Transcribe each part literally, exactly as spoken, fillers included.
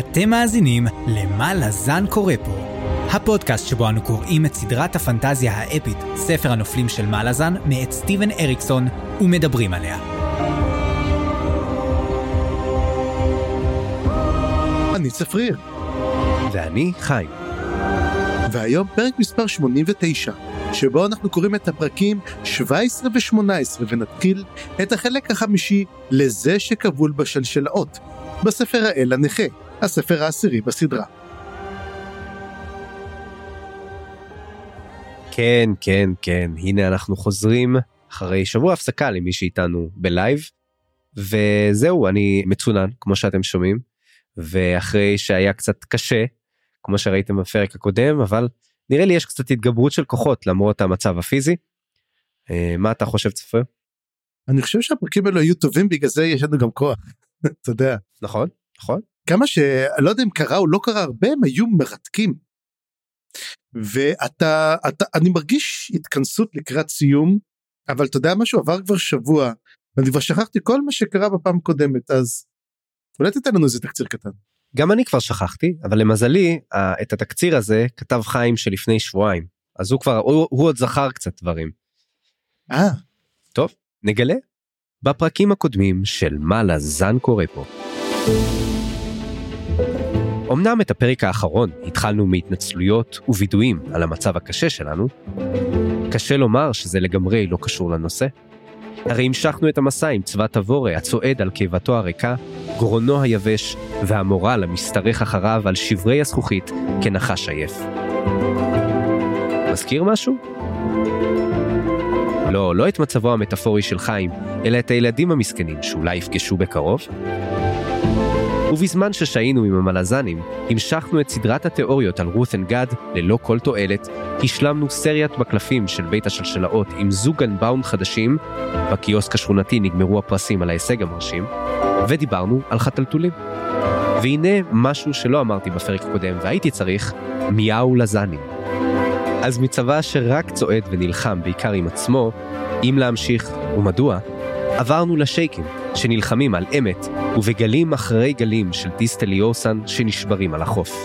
אתם מאזינים למה לזן קורא פה, הפודקאסט שבו אנו קוראים את סדרת הפנטזיה האפית, ספר הנופלים של מה לזן, מאת סטיבן אריקסון, ומדברים עליה. אני צפריר. ואני חיים. והיום פרק מספר שמונים ותשע, שבו אנחנו קוראים את הפרקים שבע עשרה ו-שמונה עשרה, ונתחיל את החלק החמישי לזה שכבול בשלשלאות, בספר האל הנכה, הספר העשירי בסדרה. כן, כן, כן, הנה אנחנו חוזרים אחרי שבוע הפסקה למי שאיתנו בלייב, וזהו, אני מצונן, כמו שאתם שומעים, ואחרי שהיה קצת קשה, כמו שראיתם בפרק הקודם, אבל נראה לי יש קצת התגברות של כוחות למרות המצב הפיזי. מה אתה חושב, צפריר? אני חושב שהפרקים האלו היו טובים, בגלל זה יש לנו גם כוח, אתה יודע. נכון, נכון. כמה שלא יודע אם קרה או לא קרה הרבה, הם היו מרתקים. ואתה, אתה, אני מרגיש התכנסות לקראת סיום, אבל אתה יודע משהו, עבר כבר שבוע, ואני כבר שכחתי כל מה שקרה בפעם קודמת, אז אולי תתן לנו איזה תקציר קטן. גם אני כבר שכחתי, אבל למזלי, את התקציר הזה כתב חיים שלפני שבועיים, אז הוא כבר, הוא, הוא עוד זכר קצת דברים. אה. טוב, נגלה. בפרקים הקודמים של מה לזן קורא פה. אמנם את הפרק האחרון התחלנו מהתנצלויות ובידויים על המצב הקשה שלנו, קשה לומר שזה לגמרי לא קשור לנושא. הרי המשכנו את המסע עם צבא תבורה הצועד על קיבתו הריקה, גרונו היבש והמורל המשתרך אחריו על שברי הזכוכית כנחש עייף. מזכיר משהו? לא, לא את מצבו המטאפורי של חיים, אלא את הילדים המסכנים שאולי יפגשו בקרוב. ובזמן ששיינו עם המלזנים, המשכנו את סדרת התיאוריות על רות אנד גד ללא כל תועלת, השלמנו סריית בקלפים של בית השלשלאות עם זוג אנבאונד חדשים, בקיוסק השכונתי נגמרו הפרסים על ההישג המרשים, ודיברנו על חתלתולים. והנה משהו שלא אמרתי בפרק הקודם והייתי צריך, מיהו לזנים. אז מצבא שרק צועד ונלחם בעיקר עם עצמו, אם להמשיך ומדוע, עברנו לשייקים שנלחמים על אמת ובגלים אחרי גלים של טיסטליוסן שנשברים על החוף.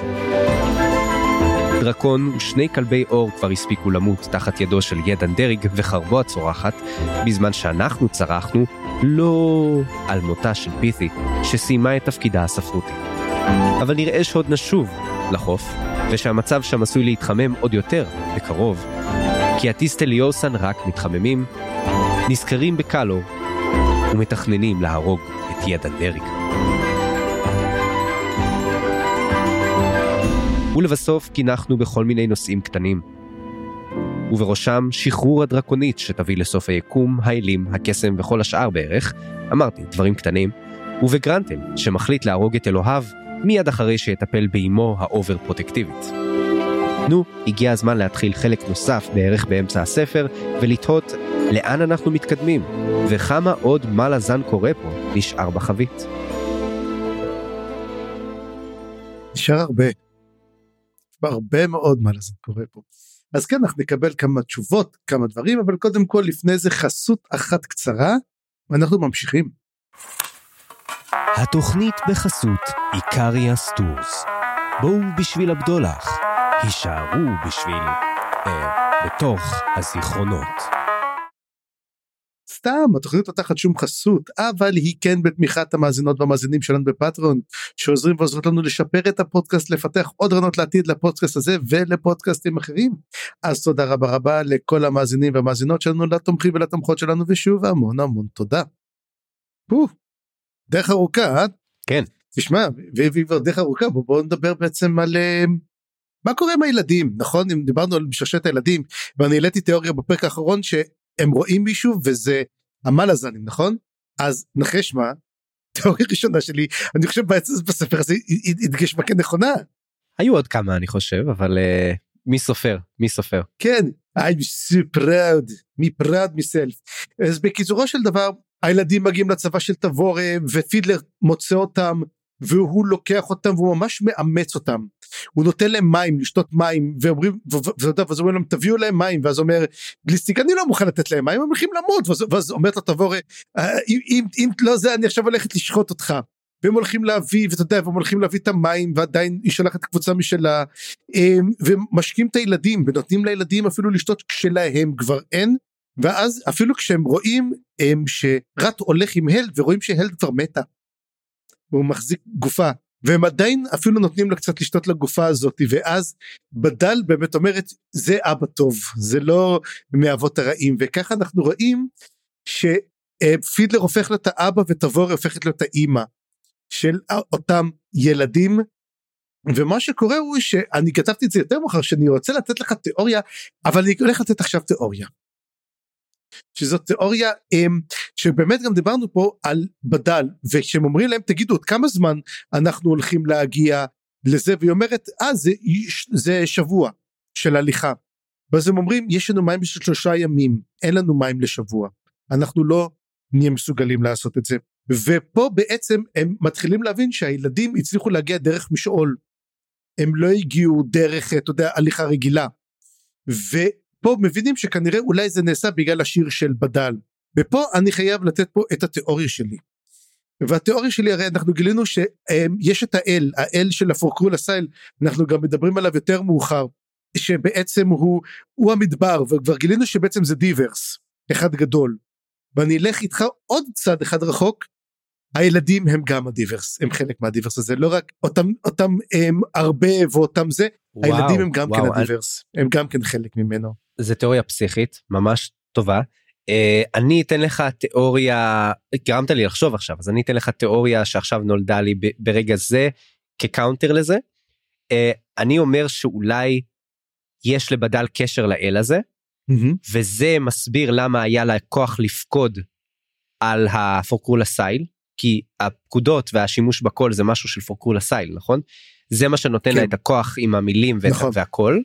דרקון ושני כלבי אור כבר הספיקו למות תחת ידו של ידן דריג וחרבו הצורחת, בזמן שאנחנו צרחנו לא על מותה של פיתי שסיימה את תפקידה הספרותי. אבל נראה שעוד נשוב לחוף, ושהמצב שם עשוי להתחמם עוד יותר בקרוב, כי הטיסטליוסן רק מתחממים, נזכרים בקלו ומתכננים להרוג את ידן דריג. ולבסוף קינחנו בכל מיני נושאים קטנים, ובראשם שחרור הדרקונית שתביא לסוף היקום, האלים, הקסם וכל השאר בערך, אמרתי דברים קטנים, ובגרנטל שמחליט להרוג את אלוהיו מיד אחרי שיטפל באימו האובר פרוטקטיבית. נו, הגיע הזמן להתחיל חלק נוסף בערך באמצע הספר ולתהות לאן אנחנו מתקדמים וכמה עוד מה לזן קורא פה נשאר בחבית. נשאר הרבה. הרבה מאוד מה לזן קורא פה. אז כן, אנחנו נקבל כמה תשובות, כמה דברים, אבל קודם כל לפני זה חסות אחת קצרה, ואנחנו ממשיכים. התוכנית בחסות איקריה סטורס. בואו בשביל הבדולח, הישארו בשביל, אה, בתוך הזיכרונות. סתם, התוכנית לא תחת שום חסות, אבל היא כן בתמיכת המאזינות והמאזינים שלנו בפטריון, שעוזרים ועוזרות לנו לשפר את הפודקאסט, לפתח עוד רעיונות לעתיד לפודקאסט הזה ולפודקאסטים אחרים. אז תודה רבה רבה לכל המאזינים והמאזינות שלנו, לתומכים ולתומכות שלנו, ושוב המון המון תודה. פו, דרך ארוכה, אה? כן. תשמע, ודרך ארוכה, בואו נדבר בעצם על מה קורה עם הילדים, נכון? אם דיברנו על משרשת הילדים, ואני העליתי תיאוריה בפרק האחרון ש הם רואים מישהו וזה המלזנים, נכון? אז נחש מה, תיאוריה ראשונה שלי, אני חושב בספר הזה התגש מה כן נכונה. היו עוד כמה אני חושב, אבל uh, מי סופר? מי סופר? כן, I'm so proud, me proud myself. אז בקיצורו של דבר, הילדים מגיעים לצבא של תבורה, ופידלר מוצא אותם, והוא לוקח אותם, והוא ממש מאמץ אותם. הוא נותן להם מים, לשתות מים, ואומרים, ואז אומרים להם, תביאו להם מים, ואז אומר, גליסטיק, אני לא מוכן לתת להם מים, הם הולכים למות, ואז אומרת לו תבורה, אם לא זה, אני עכשיו הולכת לשחוט אותך. והם הולכים להביא, ואתה יודע, והם הולכים להביא את המים, ועדיין היא שולחת קבוצה משלה, ומשקים את הילדים, ונותנים לילדים אפילו לשתות כשלהם כבר אין, ואז אפילו כשהם רואים שרט הולך עם הלד, ורואים שהלד כבר מתה, הוא מחזיק גופה, והם עדיין אפילו נותנים לה קצת לשתות לגופה הזאת, ואז בדל באמת אומרת, זה אבא טוב, זה לא מאבות הרעים, וככה אנחנו רואים שפידלר הופך לו את האבא, ותבור הופכת לו את האמא, של אותם ילדים, ומה שקורה הוא שאני כתבתי את זה יותר מאוחר, שאני רוצה לתת לך תיאוריה, אבל אני הולך לתת עכשיו תיאוריה, שזאת תיאוריה שבאמת גם דיברנו פה על בדל, וכשהם אומרים להם תגידו עוד כמה זמן אנחנו הולכים להגיע לזה, והיא אומרת אה זה, זה שבוע של הליכה, ואז הם אומרים יש לנו מים בשביל שלושה ימים, אין לנו מים לשבוע, אנחנו לא נהיה מסוגלים לעשות את זה, ופה בעצם הם מתחילים להבין שהילדים הצליחו להגיע דרך משעול, הם לא הגיעו דרך אתה יודע הליכה רגילה, ו פה מבינים שכנראה אולי זה נעשה בגלל השיר של בדל, ופה אני חייב לתת פה את התיאוריה שלי, והתיאוריה שלי הרי אנחנו גילינו שיש את האל, האל של הפורקרול הסייל, אנחנו גם מדברים עליו יותר מאוחר, שבעצם הוא, הוא המדבר, וכבר גילינו שבעצם זה דיברס, אחד גדול, ואני אלך איתך עוד צד אחד רחוק, הילדים הם גם הדיברס, הם חלק מהדיברס הזה, לא רק אותם, אותם הם הרבה ואותם זה, וואו, הילדים הם גם וואו, כן הדיברס, אני... הם גם כן חלק ממנו. זה תיאוריה פסיכית, ממש טובה, uh, אני אתן לך תיאוריה, גרמת לי לחשוב עכשיו, אז אני אתן לך תיאוריה שעכשיו נולדה לי ב- ברגע זה, כקאונטר לזה, uh, אני אומר שאולי יש לבדל קשר לאל הזה, mm-hmm. וזה מסביר למה היה לה כוח לפקוד על הפורקרול הסייל, כי הפקודות והשימוש בכל זה משהו של פורקרול הסייל, נכון? זה מה שנותן כן. לה את הכוח עם המילים נכון. והכל,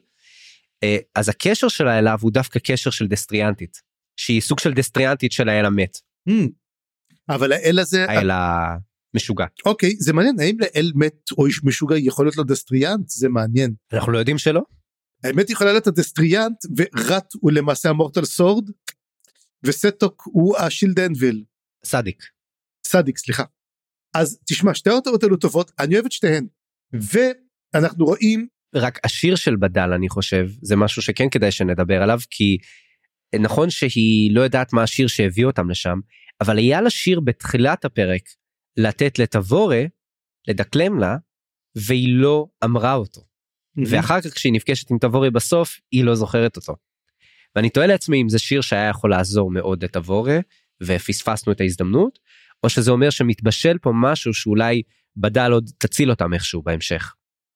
אז הקשר שלה אליו הוא דווקא קשר של דסטריאנטית, שהיא סוג של דסטריאנטית של האל המת. Mm. אבל האל הזה... האל המשוגע. אוקיי, זה מעניין, האם לאל מת או איש משוגע יכול להיות לו דסטריאנט? זה מעניין. אנחנו לא יודעים שלא? האמת יכולה להיות הדסטריאנט, ורט הוא למעשה המורטל סורד, וסטוק הוא השילד אנביל. סדיק. סדיק, סליחה. אז תשמע, שתי האותות האלו טובות, אני אוהב את שתיהן, ואנחנו רואים... רק השיר של בדל, אני חושב, זה משהו שכן כדאי שנדבר עליו, כי נכון שהיא לא יודעת מה השיר שהביא אותם לשם, אבל היה לה שיר בתחילת הפרק, לתת לתבורה, לדקלם לה, והיא לא אמרה אותו. Mm-hmm. ואחר כך כשהיא נפגשת עם תבורה בסוף, היא לא זוכרת אותו. ואני תוהה לעצמי אם זה שיר שהיה יכול לעזור מאוד לתבורה, ופספסנו את ההזדמנות, או שזה אומר שמתבשל פה משהו שאולי בדל עוד תציל אותם איכשהו בהמשך.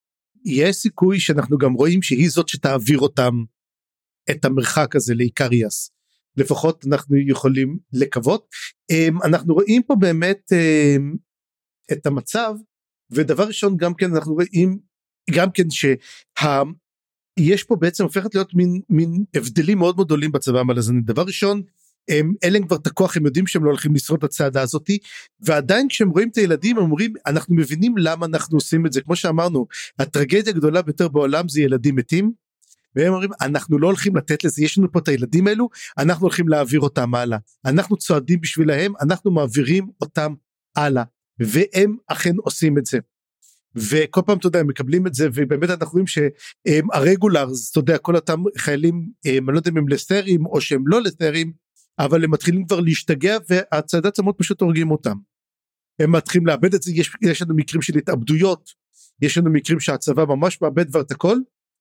יש סיכוי שאנחנו גם רואים שהיא זאת שתעביר אותם את המרחק הזה לאיקריאס. לפחות אנחנו יכולים לקוות. אנחנו רואים פה באמת את המצב, ודבר ראשון גם כן אנחנו רואים גם כן שיש פה בעצם הופכת להיות מין, מין הבדלים מאוד מאוד גדולים בצבא המלזני. דבר ראשון, הם, אלה כבר את הכוח, הם יודעים שהם לא הולכים לשרוד את הצעדה הזאת, ועדיין כשהם רואים את הילדים, הם אומרים, אנחנו מבינים למה אנחנו עושים את זה, כמו שאמרנו, הטרגדיה הגדולה ביותר בעולם זה ילדים מתים, והם אומרים, אנחנו לא הולכים לתת לזה, יש לנו פה את הילדים האלו, אנחנו הולכים להעביר אותם הלאה, אנחנו צועדים בשבילהם, אנחנו מעבירים אותם הלאה, והם אכן עושים את זה, וכל פעם אתה יודע, הם מקבלים את זה, ובאמת אנחנו רואים שהרגולרס, אתה יודע, כל אותם חיילים, אני לא יודע אם הם לסטרים, או שהם לא לסטרים, אבל הם מתחילים כבר להשתגע, והצעדת צמות פשוט הורגים אותם. הם מתחילים לאבד את זה, יש, יש לנו מקרים של התאבדויות, יש לנו מקרים שהצבא ממש מאבד כבר את הכל,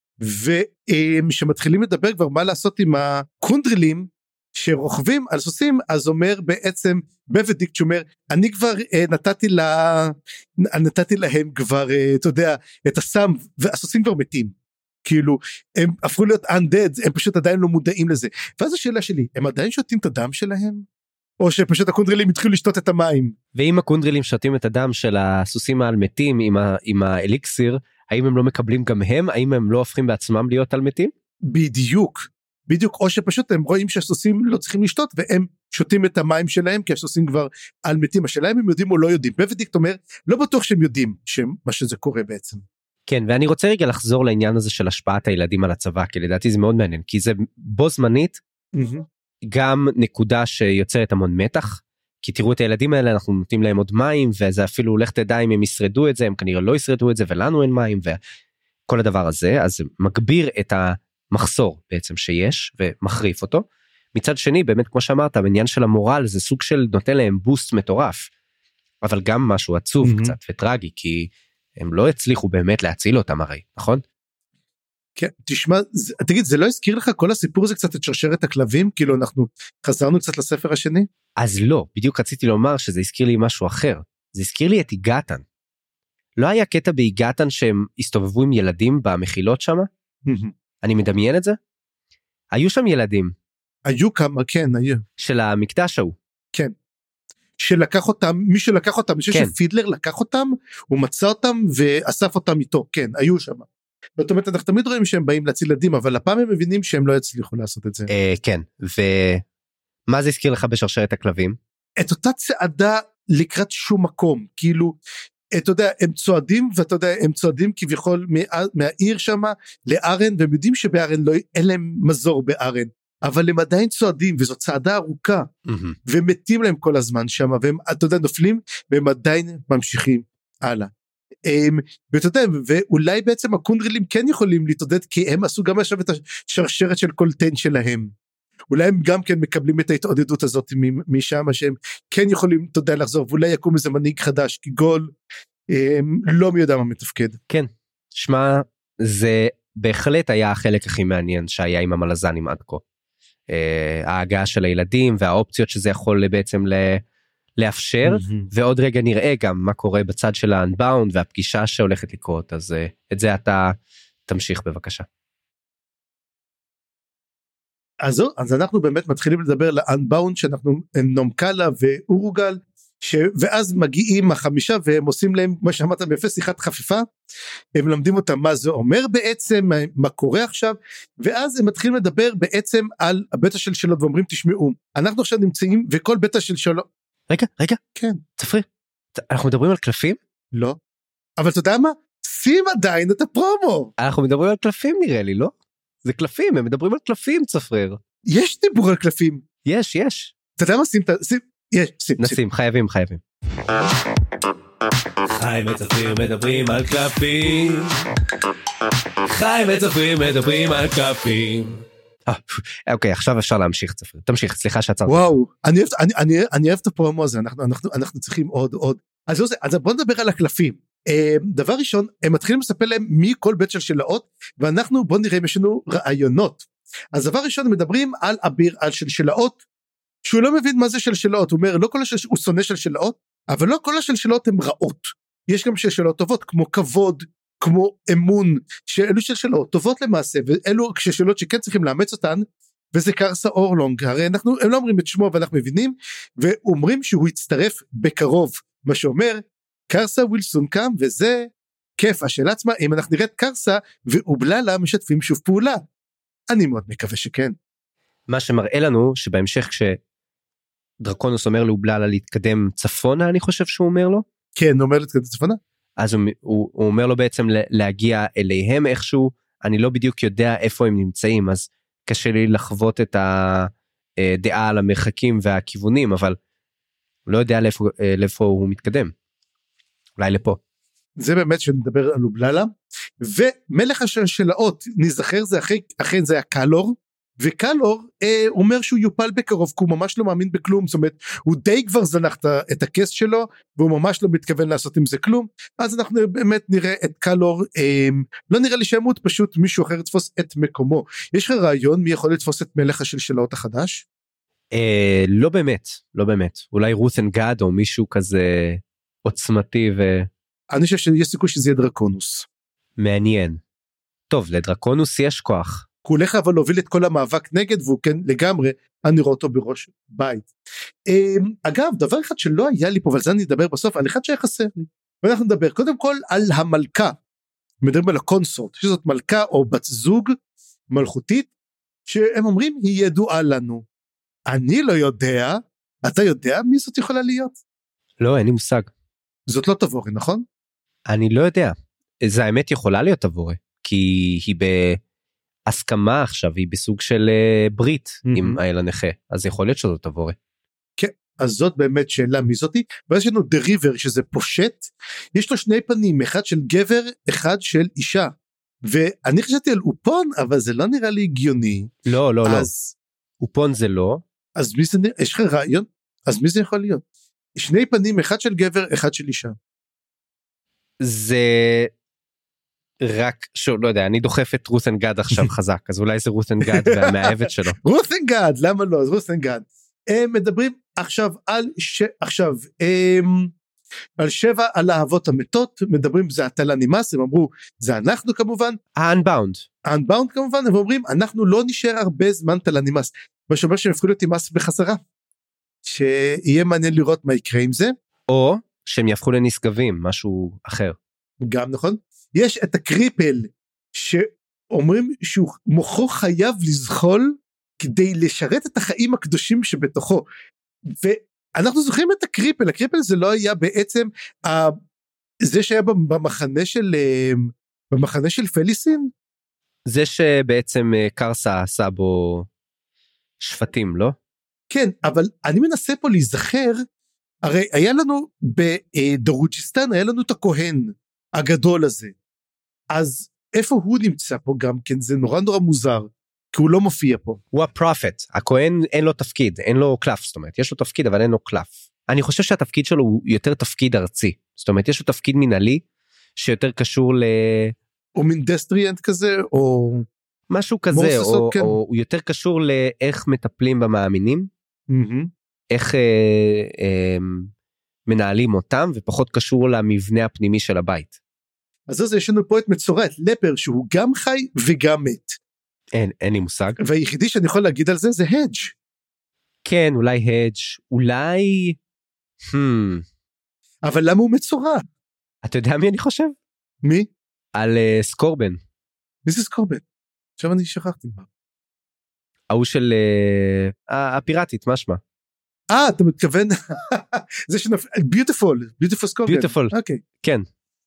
ושמתחילים לדבר כבר מה לעשות עם הקונדרילים, שרוכבים על סוסים, אז אומר בעצם, בוודיקט שאומר, אני כבר אה, נתתי, לה, נתתי להם כבר, אה, אתה יודע, את הסם, והסוסים כבר מתים. כאילו, הם הפכו להיות undead, הם פשוט עדיין לא מודעים לזה. ואז השאלה שלי, הם עדיין שותים את הדם שלהם? או שפשוט הקונדרילים התחילו לשתות את המים? ואם הקונדרילים שותים את הדם של הסוסים העל מתים עם, ה- עם האליקסיר, האם הם לא מקבלים גם הם? האם הם לא הופכים בעצמם להיות על מתים? בדיוק, בדיוק, או שפשוט הם רואים שהסוסים לא צריכים לשתות, והם שותים את המים שלהם, כי הסוסים כבר על מתים. השאלה אם הם יודעים או לא יודעים. בוודיקט אומר, לא בטוח שהם יודעים מה שזה קורה בעצם. כן, ואני רוצה רגע לחזור לעניין הזה של השפעת הילדים על הצבא, כי לדעתי זה מאוד מעניין, כי זה בו זמנית, mm-hmm. גם נקודה שיוצרת המון מתח, כי תראו את הילדים האלה, אנחנו נותנים להם עוד מים, וזה אפילו הולך תדע אם הם ישרדו את זה, הם כנראה לא ישרדו את זה, ולנו אין מים, וכל הדבר הזה, אז זה מגביר את המחסור בעצם שיש, ומחריף אותו. מצד שני, באמת כמו שאמרת, בעניין של המורל, זה סוג של נותן להם בוסט מטורף, אבל גם משהו עצוב mm-hmm. קצת וטרגי, כי הם לא הצליחו באמת להציל אותם הרי, נכון? כן, תשמע, זה, תגיד, זה לא הזכיר לך כל הסיפור הזה קצת את שרשרת הכלבים? כאילו אנחנו חזרנו קצת לספר השני? אז לא, בדיוק רציתי לומר שזה הזכיר לי משהו אחר. זה הזכיר לי את איגתן. לא היה קטע באיגתן שהם הסתובבו עם ילדים במחילות שם? אני מדמיין את זה? היו שם ילדים. היו כמה, כן, היו. של המקדש ההוא. כן. שלקח אותם, מי שלקח אותם, מי כן. שפידלר לקח אותם, הוא מצא אותם ואסף אותם איתו, כן, היו שם. זאת אומרת, אנחנו תמיד רואים שהם באים להציל ילדים, אבל הפעם הם מבינים שהם לא יצליחו לעשות את זה. אה, כן, ומה זה הזכיר לך בשרשרת הכלבים? את אותה צעדה לקראת שום מקום, כאילו, אתה יודע, הם צועדים, ואתה יודע, הם צועדים כביכול מה, מהעיר שם לארן, והם יודעים שבארן לא, אין להם מזור בארן, אבל הם עדיין צועדים, וזו צעדה ארוכה, mm-hmm. ומתים להם כל הזמן שם, והם, אתה יודע, נופלים, והם עדיין ממשיכים הלאה. ואתה יודע, ואולי בעצם הקונדרילים כן יכולים להתעודד, כי הם עשו גם עכשיו את השרשרת של קולטן שלהם. אולי הם גם כן מקבלים את ההתעודדות הזאת משם, שהם כן יכולים, אתה יודע, לחזור, ואולי יקום איזה מנהיג חדש, כי גול לא מי יודע מה מתפקד. כן, שמה, זה בהחלט היה החלק הכי מעניין שהיה עם המלזנים עד כה. ההגעה של הילדים והאופציות שזה יכול בעצם ל... לאפשר, mm-hmm. ועוד רגע נראה גם מה קורה בצד של ה-Unbound והפגישה שהולכת לקרות, אז uh, את זה אתה תמשיך בבקשה. אז, אז אנחנו באמת מתחילים לדבר ל-Unbound, שאנחנו נומקלה ואורוגל, ש... ואז מגיעים החמישה, והם עושים להם, מה שאמרת ביפה, שיחת חפיפה, הם למדים אותם מה זה אומר בעצם, מה, מה קורה עכשיו, ואז הם מתחילים לדבר בעצם על הבטא של שאלות, ואומרים תשמעו, אנחנו עכשיו נמצאים, וכל בטא של שאלות, רגע, רגע, כן. צפריר, אנחנו מדברים על קלפים? לא. אבל אתה יודע מה? שים עדיין את הפרומו. אנחנו מדברים על קלפים נראה לי, לא? זה קלפים, הם מדברים על קלפים, צפריר. יש דיבור על קלפים. יש, יש. אתה יודע מה? שים, שים, יש, שים. נשים, חייבים, חייבים. חיים וצפריר מדברים על קלפים. חיים וצפריר מדברים על קלפים. אוקיי, עכשיו אפשר להמשיך, צפריר. תמשיך, סליחה שעצרתי. וואו, אני אוהב, אני, אני, אני אוהב את הפרומו הזה, אנחנו, אנחנו, אנחנו צריכים עוד, עוד. אז, אז בוא נדבר על הקלפים. דבר ראשון, הם מתחילים לספר להם מי כל בית של שלאות, ואנחנו, בוא נראה אם יש לנו רעיונות. אז דבר ראשון, הם מדברים על אביר, על של שלאות, שהוא לא מבין מה זה של שלאות, הוא אומר, לא כל השל, הוא שונא של שלאות, אבל לא כל השל שלאות הן רעות. יש גם של שלאות טובות, כמו כבוד, כמו אמון, שאלו של שלאות טובות למעשה, ואלו שאלות שכן צריכים לאמץ אותן, וזה קרסה אורלונג, הרי אנחנו, הם לא אומרים את שמו, אבל אנחנו מבינים, ואומרים שהוא יצטרף בקרוב, מה שאומר, קרסה ווילסון קם, וזה כיף, השאלה עצמה, אם אנחנו נראית קרסה, ואובללה משתפים שוב פעולה, אני מאוד מקווה שכן. מה שמראה לנו, שבהמשך כשדרקונוס אומר לאובללה להתקדם צפונה, אני חושב שהוא אומר לו? כן, הוא אומר להתקדם צפונה. אז הוא, הוא, הוא אומר לו בעצם להגיע אליהם איכשהו, אני לא בדיוק יודע איפה הם נמצאים, אז קשה לי לחוות את הדעה על המרחקים והכיוונים, אבל לא יודע לאיפה, לאיפה הוא מתקדם. אולי לפה. זה באמת שנדבר על אובללה, ומלך השלשלאות, נזכר זה אחרי, אחרי זה היה קלור, וקלור אה, אומר שהוא יופל בקרוב, כי הוא ממש לא מאמין בכלום, זאת אומרת, הוא די כבר זנח את הכס שלו, והוא ממש לא מתכוון לעשות עם זה כלום, אז אנחנו באמת נראה את קלור, אה, לא נראה לי שימות, פשוט מישהו אחר יתפוס את מקומו. יש לך רעיון מי יכול לתפוס את מלך השלשלאות החדש? אה, לא באמת, לא באמת, אולי רות'ן גד או מישהו כזה עוצמתי ו... אני חושב שיש סיכוי שזה יהיה דרקונוס. מעניין. טוב, לדרקונוס יש כוח. הוא הולך אבל להוביל את כל המאבק נגד, והוא כן לגמרי, אני רואה אותו בראש בית. אגב, דבר אחד שלא היה לי פה, אבל זה אני אדבר בסוף, על אחד שהיה חסר לי. ואנחנו נדבר קודם כל על המלכה, מדברים על הקונסורט, שזאת מלכה או בת זוג מלכותית, שהם אומרים היא ידועה לנו. אני לא יודע, אתה יודע מי זאת יכולה להיות? לא, אין לי מושג. זאת לא תבורי, נכון? אני לא יודע. זה האמת יכולה להיות תבורי, כי היא בהסכמה עכשיו, היא בסוג של ברית mm-hmm. עם האל הנכה, אז יכול להיות שזאת תבורי. כן, אז זאת באמת שאלה מי זאתי, ואז יש לנו The River שזה פושט, יש לו שני פנים, אחד של גבר, אחד של אישה, ואני חשבתי על אופון, אבל זה לא נראה לי הגיוני. לא, לא, אז, לא. אופון זה לא. אז מי זה, יש לך רעיון? אז מי זה יכול להיות? שני פנים, אחד של גבר, אחד של אישה. זה רק, שוב, לא יודע, אני דוחף את רות'נגד עכשיו חזק, אז אולי זה רות'נגד והמאהבת שלו. רות'נגד, למה לא? אז רות'נגד. הם מדברים עכשיו על, ש... עכשיו, הם... על שבע על האהבות המתות, מדברים זה הטלה נמאס, הם אמרו, זה אנחנו כמובן. ה-Unbound. ה-Unbound כמובן, הם אומרים, אנחנו לא נשאר הרבה זמן טלה נמאס. מה שאומר שהם הפכו להיות נמאס בחזרה. שיהיה מעניין לראות מה יקרה עם זה. או שהם יהפכו לנשגבים, משהו אחר. גם נכון. יש את הקריפל, שאומרים שהוא מוחו חייב לזחול, כדי לשרת את החיים הקדושים שבתוכו. ואנחנו זוכרים את הקריפל, הקריפל זה לא היה בעצם, זה שהיה במחנה של, במחנה של פליסין? זה שבעצם קרסה עשה בו שפטים, לא? כן, אבל אני מנסה פה להיזכר, הרי היה לנו בדרוג'יסטן, היה לנו את הכהן הגדול הזה, אז איפה הוא נמצא פה גם כן, זה נורא נורא מוזר, כי הוא לא מופיע פה. הוא הפרופט, הכהן אין לו תפקיד, אין לו קלף, זאת אומרת, יש לו תפקיד אבל אין לו קלף. אני חושב שהתפקיד שלו הוא יותר תפקיד ארצי, זאת אומרת, יש לו תפקיד מנהלי, שיותר קשור ל... או מינדסטריאנט כזה, או... משהו כזה, או, כן. או הוא יותר קשור לאיך מטפלים במאמינים, mm-hmm. איך אה, אה, מנהלים אותם, ופחות קשור למבנה הפנימי של הבית. אז אז יש לנו פה את מצורע, את לפר, שהוא גם חי וגם מת. אין, אין לי מושג. והיחידי שאני יכול להגיד על זה, זה הדג'. כן, אולי הדג', אולי... Hmm. אבל למה הוא מצורע? אתה יודע מי אני חושב? מי? על uh, סקורבן. מי זה סקורבן? עכשיו אני שכחתי. ההוא של... Uh, הפיראטית, מה שמה? אה, אתה מתכוון... זה שנפ... ביוטיפול, ביוטיפול סקורבן. ביוטיפול, אוקיי. כן.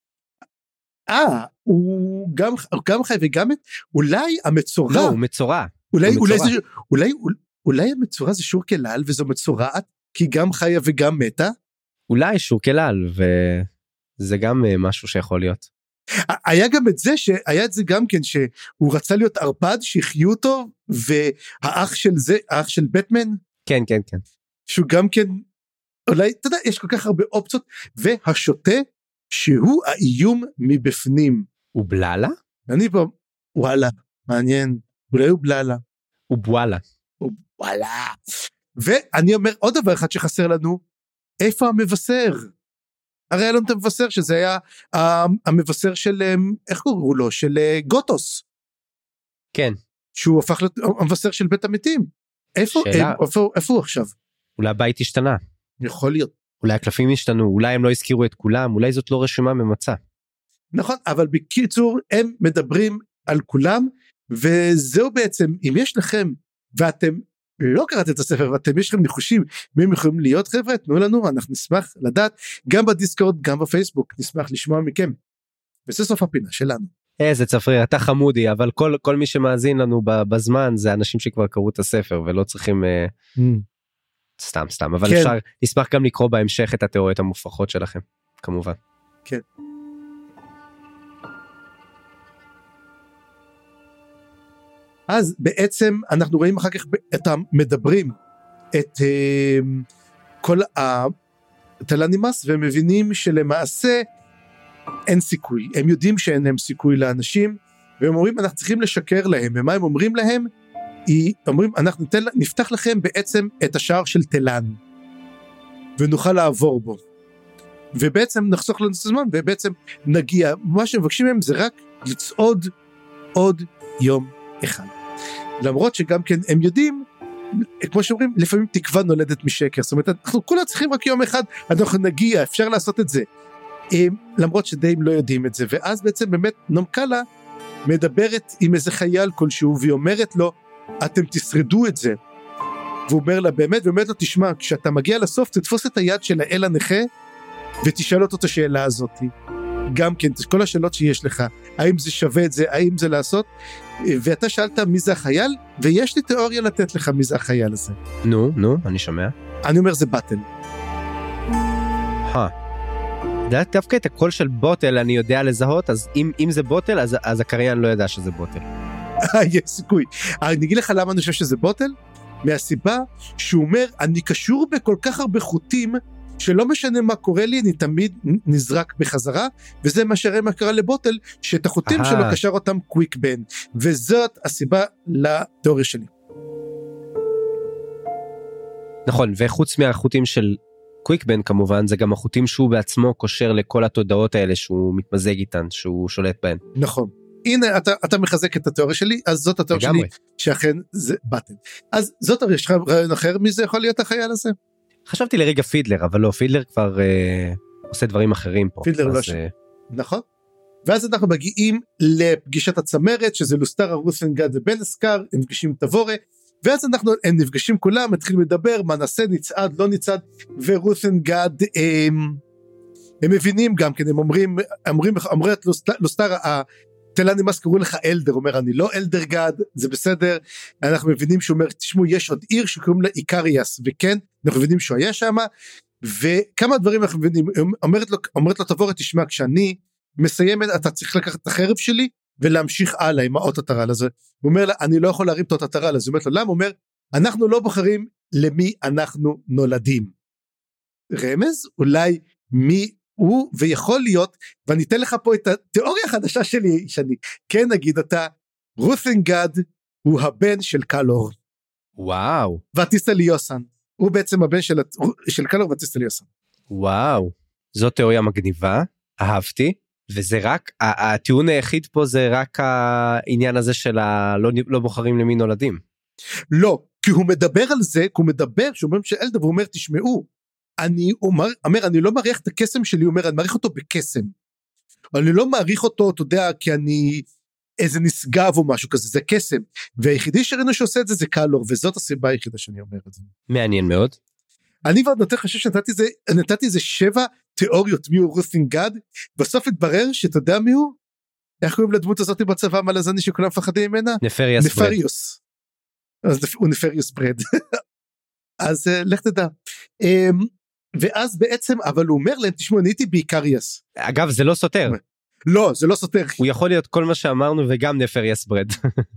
אה, הוא גם, גם חי וגם מת, אולי המצורע... לא, הוא מצורע. אולי, הוא אולי, מצורע. זה, אולי, אולי המצורע זה שור כלל, וזו מצורעת, כי גם חיה וגם מתה? אולי שור כלל, וזה גם משהו שיכול להיות. היה גם את זה, שהיה את זה גם כן, שהוא רצה להיות ערפד, שהחיו אותו, והאח של זה, האח של בטמן? כן, כן, כן. שהוא גם כן, אולי, אתה יודע, יש כל כך הרבה אופציות, והשוטה, שהוא האיום מבפנים. הוא בללה? אני פה, וואלה, מעניין, אולי הוא בללה. הוא בואלה. הוא וואלה. ואני אומר עוד דבר אחד שחסר לנו, איפה המבשר? הרי היה לנו את המבשר, שזה היה המבשר של, איך קוראו לו? של גוטוס. כן. שהוא הפך להיות המבשר של בית המתים. איפה, איפה, איפה הוא עכשיו? אולי הבית השתנה. יכול להיות. אולי הקלפים השתנו, אולי הם לא הזכירו את כולם, אולי זאת לא רשימה ממצה. נכון, אבל בקיצור, הם מדברים על כולם, וזהו בעצם, אם יש לכם, ואתם לא קראתם את הספר, ואתם יש לכם ניחושים, מי הם יכולים להיות חבר'ה, תנו לנו, אנחנו נשמח לדעת, גם בדיסקורד, גם בפייסבוק, נשמח לשמוע מכם. וזה סוף הפינה שלנו. איזה צפריר, אתה חמודי, אבל כל, כל מי שמאזין לנו בזמן, זה אנשים שכבר קראו את הספר, ולא צריכים... Mm. סתם, סתם, אבל כן. אפשר, נשמח גם לקרוא בהמשך את התיאוריות המופרכות שלכם, כמובן. כן. אז בעצם אנחנו רואים אחר כך את המדברים, את uh, כל הטלה נמאס, והם מבינים שלמעשה אין סיכוי, הם יודעים שאין להם סיכוי לאנשים, והם אומרים אנחנו צריכים לשקר להם, ומה הם אומרים להם? היא אומרים, אנחנו ניתן, נפתח לכם בעצם את השער של תלן, ונוכל לעבור בו, ובעצם נחסוך לנו את הזמן, ובעצם נגיע, מה שמבקשים מהם זה רק לצעוד עוד יום אחד, למרות שגם כן הם יודעים, כמו שאומרים, לפעמים תקווה נולדת משקר, זאת אומרת, אנחנו כולה צריכים רק יום אחד, אנחנו נגיע, אפשר לעשות את זה, למרות שדי הם לא יודעים את זה, ואז בעצם באמת נומקלה, מדברת עם איזה חייל כלשהו, והיא אומרת לו, אתם תשרדו את זה, והוא אומר לה באמת, ואומרת לו, תשמע, כשאתה מגיע לסוף, תתפוס את היד של האל הנכה, ותשאל אותו את השאלה הזאת, גם כן, כל השאלות שיש לך, האם זה שווה את זה, האם זה לעשות, ואתה שאלת מי זה החייל, ויש לי תיאוריה לתת לך מי זה החייל הזה. נו, נו, אני שומע. אני אומר זה בטל. אה. דווקא את הקול של בוטל אני יודע לזהות, אז אם, אם זה בוטל, אז, אז הקריין לא ידע שזה בוטל. יש סיכוי. אני אגיד לך למה אני חושב שזה בוטל, מהסיבה שהוא אומר, אני קשור בכל כך הרבה חוטים, שלא משנה מה קורה לי, אני תמיד נזרק בחזרה, וזה מה שהרי מה קרה לבוטל, שאת החוטים Aha. שלו קשר אותם קוויק בן, וזאת הסיבה לתיאוריה שלי. נכון, וחוץ מהחוטים של קוויק בן כמובן, זה גם החוטים שהוא בעצמו קושר לכל התודעות האלה שהוא מתמזג איתן, שהוא שולט בהן. נכון. הנה, אתה, אתה מחזק את התיאוריה שלי, אז זאת התיאוריה שלי, שאכן זה בטן. אז זאת הרי, יש לך רעיון אחר, מי זה יכול להיות החייל הזה? חשבתי לרגע פידלר, אבל לא, פידלר כבר אה, עושה דברים אחרים פה. פידלר אז, לא שם, אה... נכון? ואז אנחנו מגיעים לפגישת הצמרת, שזה לוסטרה, רות'נגרד ובן סקאר, הם נפגשים עם תבורה, ואז אנחנו, הם נפגשים כולם, מתחילים לדבר, מה נעשה, נצעד, לא נצעד, ורות'נגרד, הם, הם מבינים גם, כן, הם אומרים, אומרים, אומרת לוסטרה, תלה נמאס קראו לך אלדר, אומר אני לא אלדר גד, זה בסדר, אנחנו מבינים שהוא אומר, תשמעו יש עוד עיר שקוראים לה איקריאס, וכן, אנחנו מבינים שהוא היה שם, וכמה דברים אנחנו מבינים, אומרת לו, אומרת לו תבורת, תשמע, כשאני מסיימת, אתה צריך לקחת את החרב שלי, ולהמשיך הלאה עם האות הטרל הזה, הוא אומר לה, אני לא יכול להרים את האות הטרל הזה, הוא אומר לו, למה? הוא אומר, אנחנו לא בוחרים למי אנחנו נולדים, רמז, אולי מי הוא, ויכול להיות, ואני אתן לך פה את התיאוריה החדשה שלי, שאני כן אגיד אותה, רות'נגרד הוא הבן של קלור. וואו. וטיסטליוסן, הוא בעצם הבן של, של קלור וטיסטליוסן. וואו, זו תיאוריה מגניבה, אהבתי, וזה רק, הטיעון היחיד פה זה רק העניין הזה של הלא לא בוחרים למי נולדים. לא, כי הוא מדבר על זה, כי הוא מדבר, שהוא אומר שאלדר, והוא אומר, תשמעו, אני אומר, אומר, אני לא מעריך את הקסם שלי, הוא אומר, אני מעריך אותו בקסם. אני לא מעריך אותו, אתה יודע, כי אני איזה נשגב או משהו כזה, זה קסם. והיחידי שראינו שעושה את זה, זה קלור, וזאת הסיבה היחידה שאני אומר את זה. מעניין מאוד. אני ועוד נותן חושב שנתתי זה, נתתי זה שבע תיאוריות מי הוא רות'נגרד, בסוף התברר שאתה יודע מי הוא? איך קוראים לדמות הזאת בצבא המלזני שכולם מפחדים ממנה? נפריוס. נפריוס. אז הוא נפריוס ברד. אז לך תדע. ואז בעצם, אבל הוא אומר להם, תשמעו, אני הייתי באיקריאס. אגב, זה לא סותר. לא, זה לא סותר. הוא יכול להיות כל מה שאמרנו, וגם נפריוס ברד.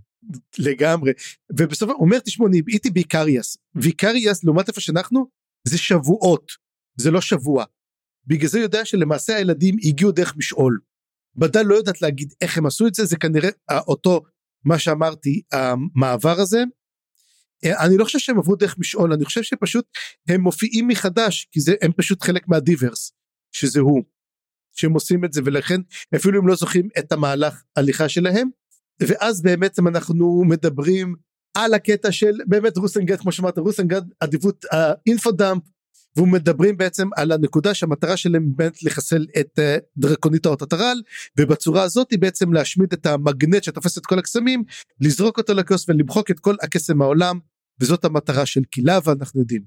לגמרי. ובסוף הוא אומר, תשמעו, אני הייתי באיקריאס. ואיקריאס, לעומת איפה שאנחנו, זה שבועות. זה לא שבוע. בגלל זה יודע שלמעשה הילדים הגיעו דרך משעול. בדל לא יודעת להגיד איך הם עשו את זה, זה כנראה אותו, מה שאמרתי, המעבר הזה. אני לא חושב שהם עברו דרך משעול, אני חושב שפשוט הם מופיעים מחדש, כי זה, הם פשוט חלק מהדיברס, שזה הוא, שהם עושים את זה, ולכן אפילו הם לא זוכים את המהלך הליכה שלהם, ואז באמת אנחנו מדברים על הקטע של באמת רות'נגרד, כמו שאמרת, רות'נגרד, עדיפות האינפודאמפ, והוא מדברים בעצם על הנקודה שהמטרה שלהם באמת לחסל את דרקונית האות הטרל, ובצורה הזאת היא בעצם להשמיד את המגנט שתופס את כל הקסמים, לזרוק אותו לכוס ולמחוק את כל הקסם העולם, וזאת המטרה של קילה, ואנחנו יודעים.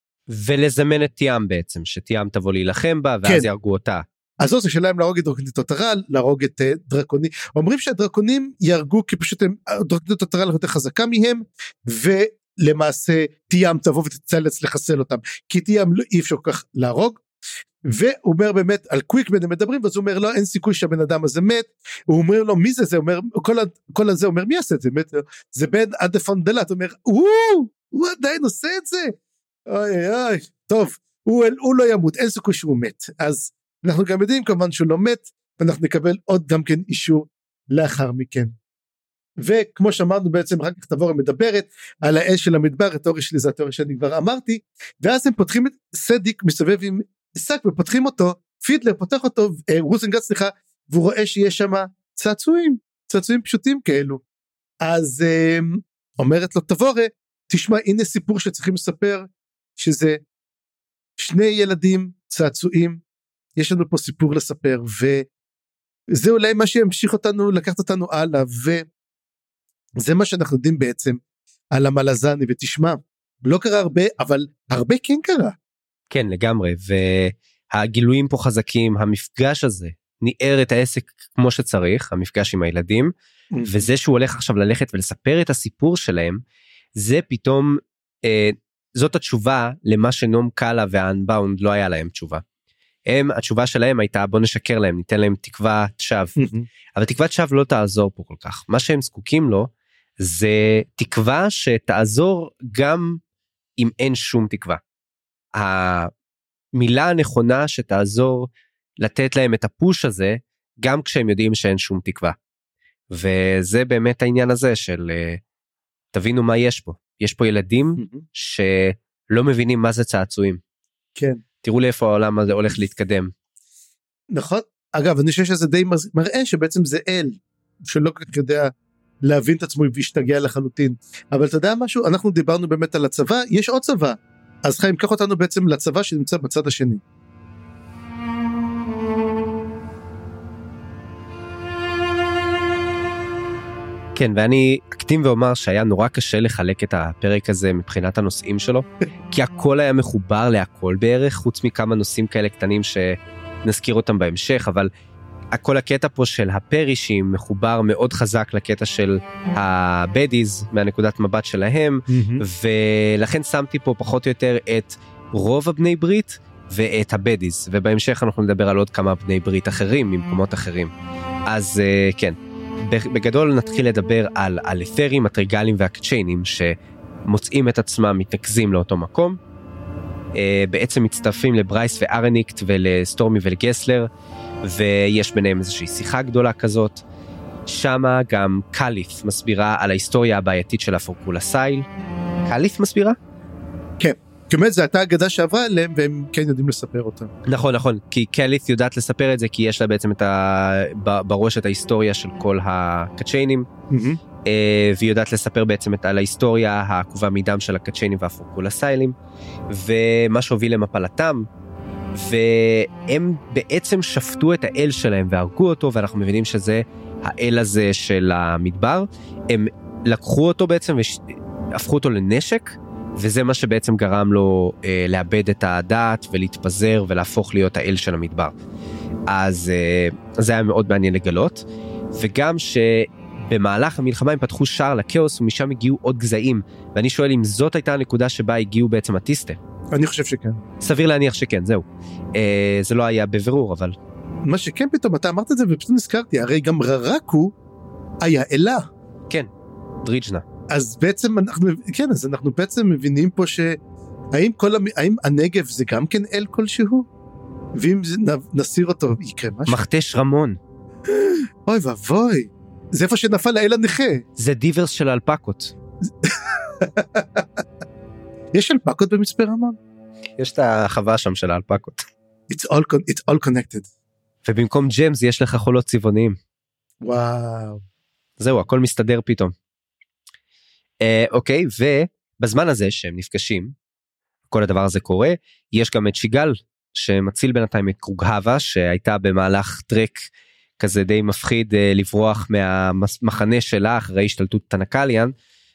ולזמן את תיאם בעצם, שתיאם תבוא להילחם בה, ואז כן. ירגו אותה. אז זאת השאלה אם להרוג את דרקונית האות הטרל, להרוג את דרקונים, אומרים שהדרקונים ירגו, כי פשוט הם, דרקונית האות הטרל יותר חזקה מהם, ו... למעשה תיאם תבוא ותצלץ לחסל אותם, כי תיאם לא, אי אפשר כל כך להרוג, והוא אומר באמת על קוויק בן הם מדברים, ואז הוא אומר לא, אין סיכוי שהבן אדם הזה מת, הוא אומר לו מי זה זה, אומר, כל, כל הזה אומר מי עשה את זה, מת, זה בן אדפונדלת, הוא אומר הוא, הוא עדיין עושה את זה, אוי אוי, טוב, הוא, הוא לא ימות, אין סיכוי שהוא מת, אז אנחנו גם יודעים כמובן שהוא לא מת, ואנחנו נקבל עוד גם כן אישור לאחר מכן. וכמו שאמרנו בעצם רק תבורה מדברת על האש של המדבר, התיאוריה שלי זה התיאוריה שאני כבר אמרתי, ואז הם פותחים את סדיק מסובב עם שק ופותחים אותו, פידלר פותח אותו, רות'נגרד סליחה, והוא רואה שיש שם צעצועים, צעצועים פשוטים כאלו, אז אומרת לו תבורה, תשמע הנה סיפור שצריכים לספר, שזה שני ילדים צעצועים, יש לנו פה סיפור לספר, וזה אולי מה שימשיך אותנו, לקחת אותנו הלאה, ו... זה מה שאנחנו יודעים בעצם על המלזני, ותשמע, לא קרה הרבה, אבל הרבה כן קרה. כן, לגמרי, והגילויים פה חזקים, המפגש הזה, ניער את העסק כמו שצריך, המפגש עם הילדים, וזה שהוא הולך עכשיו ללכת ולספר את הסיפור שלהם, זה פתאום, אה, זאת התשובה למה שנום קאלה והאנבאונד לא היה להם תשובה. הם, התשובה שלהם הייתה בוא נשקר להם, ניתן להם תקוות שווא, אבל תקוות שווא לא תעזור פה כל כך, מה שהם זקוקים לו, זה תקווה שתעזור גם אם אין שום תקווה. המילה הנכונה שתעזור לתת להם את הפוש הזה, גם כשהם יודעים שאין שום תקווה. וזה באמת העניין הזה של, תבינו מה יש פה. יש פה ילדים שלא מבינים מה זה צעצועים. כן. תראו לאיפה העולם הזה הולך להתקדם. נכון. אגב, אני חושב שזה די מראה שבעצם זה אל, שלא כך יודע להבין את עצמו והשתגע לחלוטין. אבל אתה יודע משהו? אנחנו דיברנו באמת על הצבא, יש עוד צבא. אז חיים, קח אותנו בעצם לצבא שנמצא בצד השני. כן, ואני אקדים ואומר שהיה נורא קשה לחלק את הפרק הזה מבחינת הנושאים שלו, כי הכל היה מחובר להכל בערך, חוץ מכמה נושאים כאלה קטנים שנזכיר אותם בהמשך, אבל הכל הקטע פה של הפרישים מחובר מאוד חזק לקטע של הבדיז מהנקודת מבט שלהם, ולכן שמתי פה פחות או יותר את רוב הבני ברית ואת הבדיז, ובהמשך אנחנו נדבר על עוד כמה בני ברית אחרים ממקומות אחרים. אז כן, בגדול נתחיל לדבר על הלת'רים, הטריגלים והקצ'יינים שמוצאים את עצמם מתנקזים לאותו מקום, בעצם מצטרפים לברייס וארניקט ולסטורמי ולגסלר, ויש ביניהם איזושהי שיחה גדולה כזאת. שמה גם קליף מסבירה על ההיסטוריה הבעייתית של הפורקולסייל. קליף מסבירה? כן, כמובן זו הייתה אגדה שעברה אליהם והם כן יודעים לספר אותה. נכון, נכון, כי קליף יודעת לספר את זה כי יש לה בעצם את ה... בראש את ההיסטוריה של כל הקצ'יינים, mm-hmm. והיא יודעת לספר בעצם על ההיסטוריה העקובה מדם של הקצ'יינים והפורקולסיילים, ומה שהוביל למפלתם, והם בעצם שפטו את האל שלהם והרגו אותו, ואנחנו מבינים שזה האל הזה של המדבר. הם לקחו אותו בעצם והפכו אותו לנשק, וזה מה שבעצם גרם לו אה, לאבד את הדעת ולהתפזר ולהפוך להיות האל של המדבר. אז אה, זה היה מאוד מעניין לגלות, וגם שבמהלך המלחמה הם פתחו שער לקאוס ומשם הגיעו עוד גזעים, ואני שואל אם זאת הייתה הנקודה שבה הגיעו בעצם הטיסטה. אני חושב שכן. סביר להניח שכן, זהו. אה, זה לא היה בבירור, אבל... מה שכן פתאום, אתה אמרת את זה ופשוט נזכרתי, הרי גם ררקו היה אלה. כן, דריג'נה. אז בעצם אנחנו, כן, אז אנחנו בעצם מבינים פה שהאם כל, האם הנגב זה גם כן אל כלשהו? ואם נסיר אותו, יקרה משהו? מכתש רמון. אוי ואבוי, זה איפה שנפל האל הנכה. זה דיברס של האלפקות. יש אלפקות במצפה רמון? יש את החווה שם של האלפקות. It's all, it's all connected. ובמקום ג'מס יש לך חולות צבעוניים. וואו. זהו, הכל מסתדר פתאום. אה, אוקיי, ובזמן הזה שהם נפגשים, כל הדבר הזה קורה, יש גם את שיגל, שמציל בינתיים את קרוגהבה, שהייתה במהלך טרק כזה די מפחיד אה, לברוח מהמחנה שלה, אחרי השתלטות טנקליאן,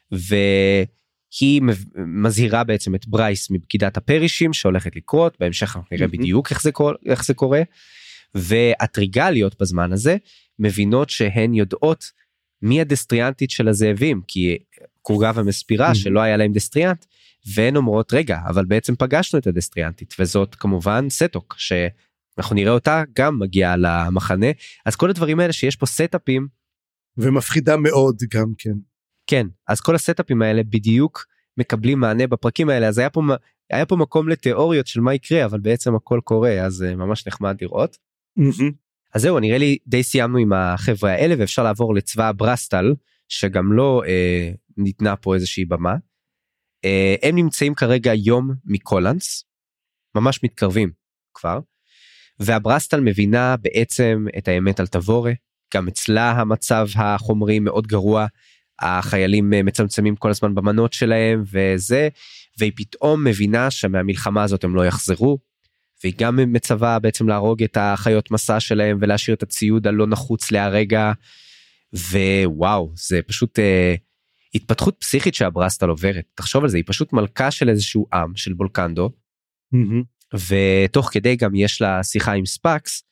והיא מזהירה בעצם את ברייס מבגידת הפרישים, שהולכת לקרות, בהמשך אנחנו נראה בדיוק איך זה, איך זה קורה, והטריגליות בזמן הזה, מבינות שהן יודעות מי הדסטריאנטית של הזאבים, כי קרוגהבה מסבירה שלא היה להם דסטריאנט, והן אומרות רגע, אבל בעצם פגשנו את הדסטריאנטית, וזאת כמובן סטוק, שאנחנו נראה אותה גם מגיעה למחנה, אז כל הדברים האלה שיש פה סטאפים, ומפחידה מאוד גם כן. כן, אז כל הסטאפים האלה בדיוק מקבלים מענה בפרקים האלה, אז היה פה, היה פה מקום לתיאוריות של מה יקרה, אבל בעצם הכל קורה, אז ממש נחמד לראות. אז זהו, נראה לי די סיימנו עם החבר'ה האלה, ואפשר לעבור לצבא ברסטל, שגם לא אה, ניתנה פה איזושהי במה. אה, הם נמצאים כרגע יום מקולנס, ממש מתקרבים כבר, והברסטל מבינה בעצם את האמת על תבורה, גם אצלה המצב החומרי מאוד גרוע, החיילים מצמצמים כל הזמן במנות שלהם וזה, והיא פתאום מבינה שמהמלחמה הזאת הם לא יחזרו, והיא גם מצווה בעצם להרוג את החיות מסע שלהם ולהשאיר את הציוד הלא נחוץ להרגע, ווואו, זה פשוט אה, התפתחות פסיכית שהברסטל עוברת, תחשוב על זה, היא פשוט מלכה של איזשהו עם, של בולקנדו, mm-hmm. ותוך כדי גם יש לה שיחה עם ספאקס,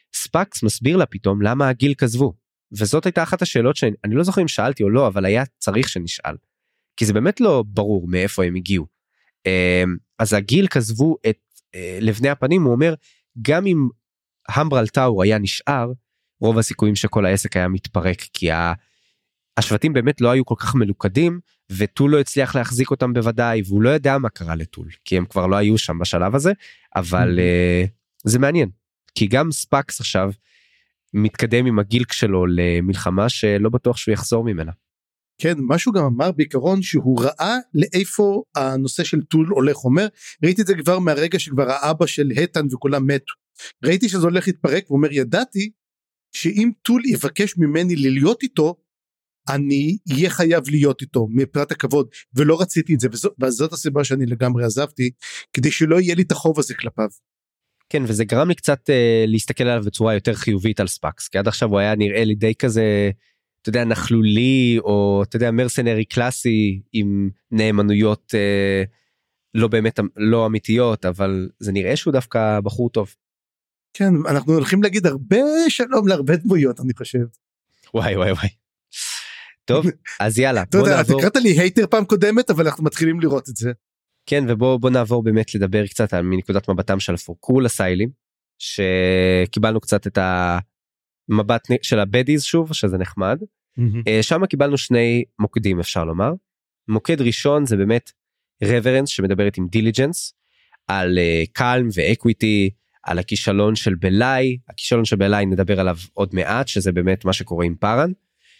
ספאקס מסביר לה פתאום למה הגיל כזבו, וזאת הייתה אחת השאלות שאני לא זוכר אם שאלתי או לא, אבל היה צריך שנשאל, כי זה באמת לא ברור מאיפה הם הגיעו. אז הגיל כזבו את לבני הפנים, הוא אומר, גם אם המברל טאור היה נשאר, רוב הסיכויים שכל העסק היה מתפרק, כי השבטים באמת לא היו כל כך מלוכדים, וטול לא הצליח להחזיק אותם בוודאי, והוא לא ידע מה קרה לטול, כי הם כבר לא היו שם בשלב הזה, אבל זה מעניין, כי גם ספאקס עכשיו מתקדם עם הגיל שלו למלחמה שלא בטוח שהוא יחזור ממנה. כן, משהו גם אמר בעיקרון שהוא ראה לאיפה הנושא של טול הולך, אומר, ראיתי את זה כבר מהרגע שכבר האבא של הטן וכולם מתו, ראיתי שזה הולך להתפרק, הוא אומר, ידעתי שאם טול יבקש ממני להיות איתו, אני אהיה חייב להיות איתו, מפרט הכבוד, ולא רציתי את זה, וזאת, וזאת הסיבה שאני לגמרי עזבתי, כדי שלא יהיה לי את החוב הזה כלפיו. כן, וזה גרם לי קצת אה, להסתכל עליו בצורה יותר חיובית על ספאקס, כי עד עכשיו הוא היה נראה לי די כזה, אתה יודע, נחלולי, או אתה יודע, מרסנרי קלאסי, עם נאמנויות אה, לא באמת, לא אמיתיות, אבל זה נראה שהוא דווקא בחור טוב. כן, אנחנו הולכים להגיד הרבה שלום להרבה דמויות, אני חושב. וואי וואי וואי. טוב, אז יאללה. אתה יודע, אתה קראת לי הייטר פעם קודמת, אבל אנחנו מתחילים לראות את זה. כן, ובואו נעבור באמת לדבר קצת על מנקודת מבטם של הפורקול הסיילים, שקיבלנו קצת את המבט של הבדיז שוב, שזה נחמד. שם קיבלנו שני מוקדים, אפשר לומר. מוקד ראשון זה באמת רברנס, שמדברת עם דיליג'נס, על קלם ואקוויטי, על הכישלון של בלאי, הכישלון של בלאי נדבר עליו עוד מעט, שזה באמת מה שקורה עם פארן,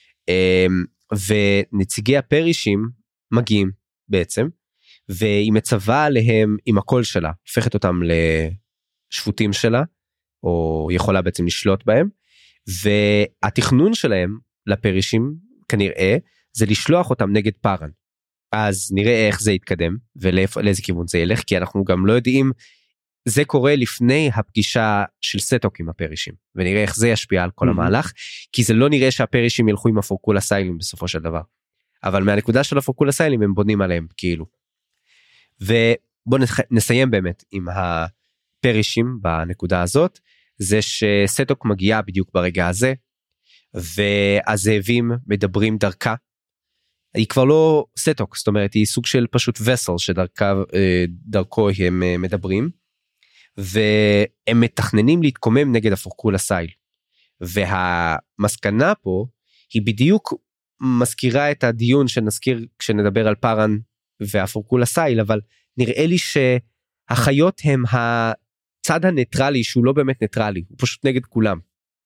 ונציגי הפרישים מגיעים בעצם, והיא מצווה עליהם עם הקול שלה, הופכת אותם לשפוטים שלה, או יכולה בעצם לשלוט בהם, והתכנון שלהם לפרישים כנראה, זה לשלוח אותם נגד פארן, אז נראה איך זה יתקדם, ולאיזה כיוון זה ילך, כי אנחנו גם לא יודעים, זה קורה לפני הפגישה של סטוק עם הפרישים, ונראה איך זה ישפיע על כל mm-hmm. המהלך, כי זה לא נראה שהפרישים ילכו עם הפורקול הסיילים בסופו של דבר, אבל מהנקודה של הפורקול הסיילים הם בונים עליהם כאילו. ובואו נסיים באמת עם הפרישים בנקודה הזאת, זה שסטוק מגיעה בדיוק ברגע הזה, והזאבים מדברים דרכה, היא כבר לא סטוק, זאת אומרת היא סוג של פשוט וסל שדרכו הם מדברים, והם מתכננים להתקומם נגד הפורקול הסייל, והמסקנה פה היא בדיוק מזכירה את הדיון שנזכיר כשנדבר על פארן והפורקול הסייל, אבל נראה לי שהחיות הם הצד הניטרלי שהוא לא באמת ניטרלי, הוא פשוט נגד כולם.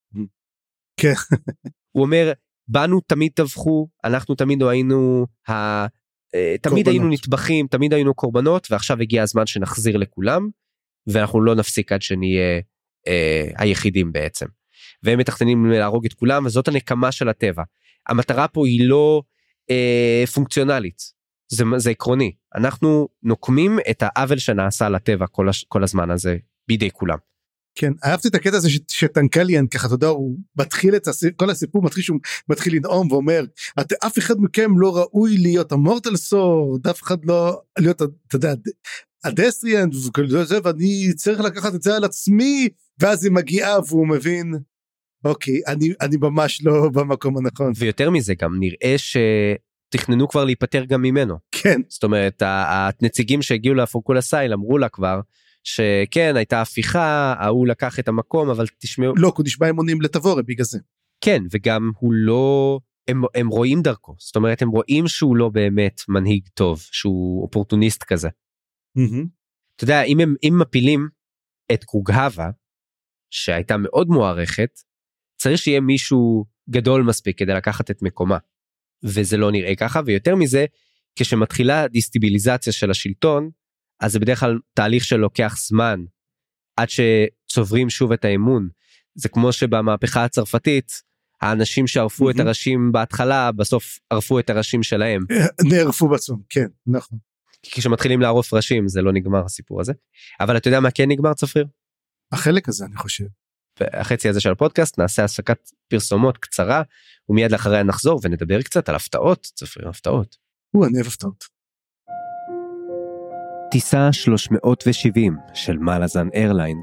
כן. הוא אומר, בנו תמיד טבחו, אנחנו תמיד היינו, ה... תמיד היינו נטבחים, תמיד היינו קורבנות, ועכשיו הגיע הזמן שנחזיר לכולם, ואנחנו לא נפסיק עד שנהיה אה, היחידים בעצם. והם מתכננים להרוג את כולם, וזאת הנקמה של הטבע. המטרה פה היא לא אה, פונקציונלית, זה, זה עקרוני. אנחנו נוקמים את העוול שנעשה לטבע כל, הש, כל הזמן הזה, בידי כולם. כן, אהבתי את הקטע הזה שטנקליאן, ככה אתה יודע, הוא מתחיל את הסיפור, כל הסיפור מתחיל שהוא מתחיל לנאום ואומר, אף אחד מכם לא ראוי להיות המורטל סורד, אף אחד לא להיות, אתה יודע, הדסטריאנט, ואני צריך לקחת את זה על עצמי, ואז היא מגיעה והוא מבין, אוקיי, אני, אני ממש לא במקום הנכון. ויותר מזה גם נראה שתכננו כבר להיפטר גם ממנו. כן. זאת אומרת, הנציגים שהגיעו להפורקול הסייל אמרו לה כבר, שכן, הייתה הפיכה, הוא לקח את המקום, אבל תשמעו... לא, הוא נשבע אמונים לטבורה בגלל זה. כן, וגם הוא לא... הם, הם רואים דרכו, זאת אומרת, הם רואים שהוא לא באמת מנהיג טוב, שהוא אופורטוניסט כזה. Mm-hmm. אתה יודע, אם הם אם מפילים את קרוגהבה, שהייתה מאוד מוערכת, צריך שיהיה מישהו גדול מספיק כדי לקחת את מקומה, וזה לא נראה ככה, ויותר מזה, כשמתחילה דיסטיביליזציה של השלטון, אז זה בדרך כלל תהליך שלוקח זמן, עד שצוברים שוב את האמון. זה כמו שבמהפכה הצרפתית, האנשים שערפו את הראשים בהתחלה, בסוף ערפו את הראשים שלהם. נערפו בעצמם, כן, נכון. כי כשמתחילים לערוף ראשים, זה לא נגמר הסיפור הזה. אבל אתה יודע מה כן נגמר, צפריר? החלק הזה, אני חושב. החצי הזה של הפודקאסט, נעשה הפסקת פרסומות קצרה, ומיד לאחריה נחזור ונדבר קצת על הפתעות, צפריר, הפתעות. הוא, אני אוהב הפתעות. טיסה שלוש מאות שבעים של מלאזן איירליינס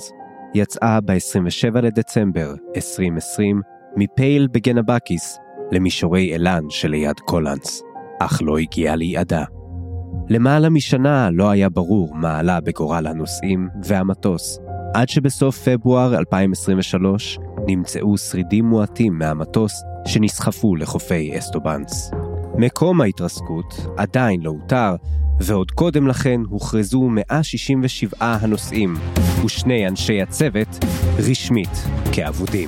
יצאה ב-עשרים ושבעה לדצמבר עשרים עשרים מפייל בגנבקיס למישורי אילן שליד קולנס, אך לא הגיעה ליעדה. למעלה משנה לא היה ברור מה עלה בגורל הנוסעים והמטוס, עד שבסוף פברואר אלפיים עשרים ושלוש נמצאו שרידים מועטים מהמטוס שנסחפו לחופי אסטובנס. מקום ההתרסקות עדיין לא הותר, ועוד קודם לכן הוכרזו מאה שישים ושבעה הנוסעים ושני אנשי הצוות רשמית כאבודים.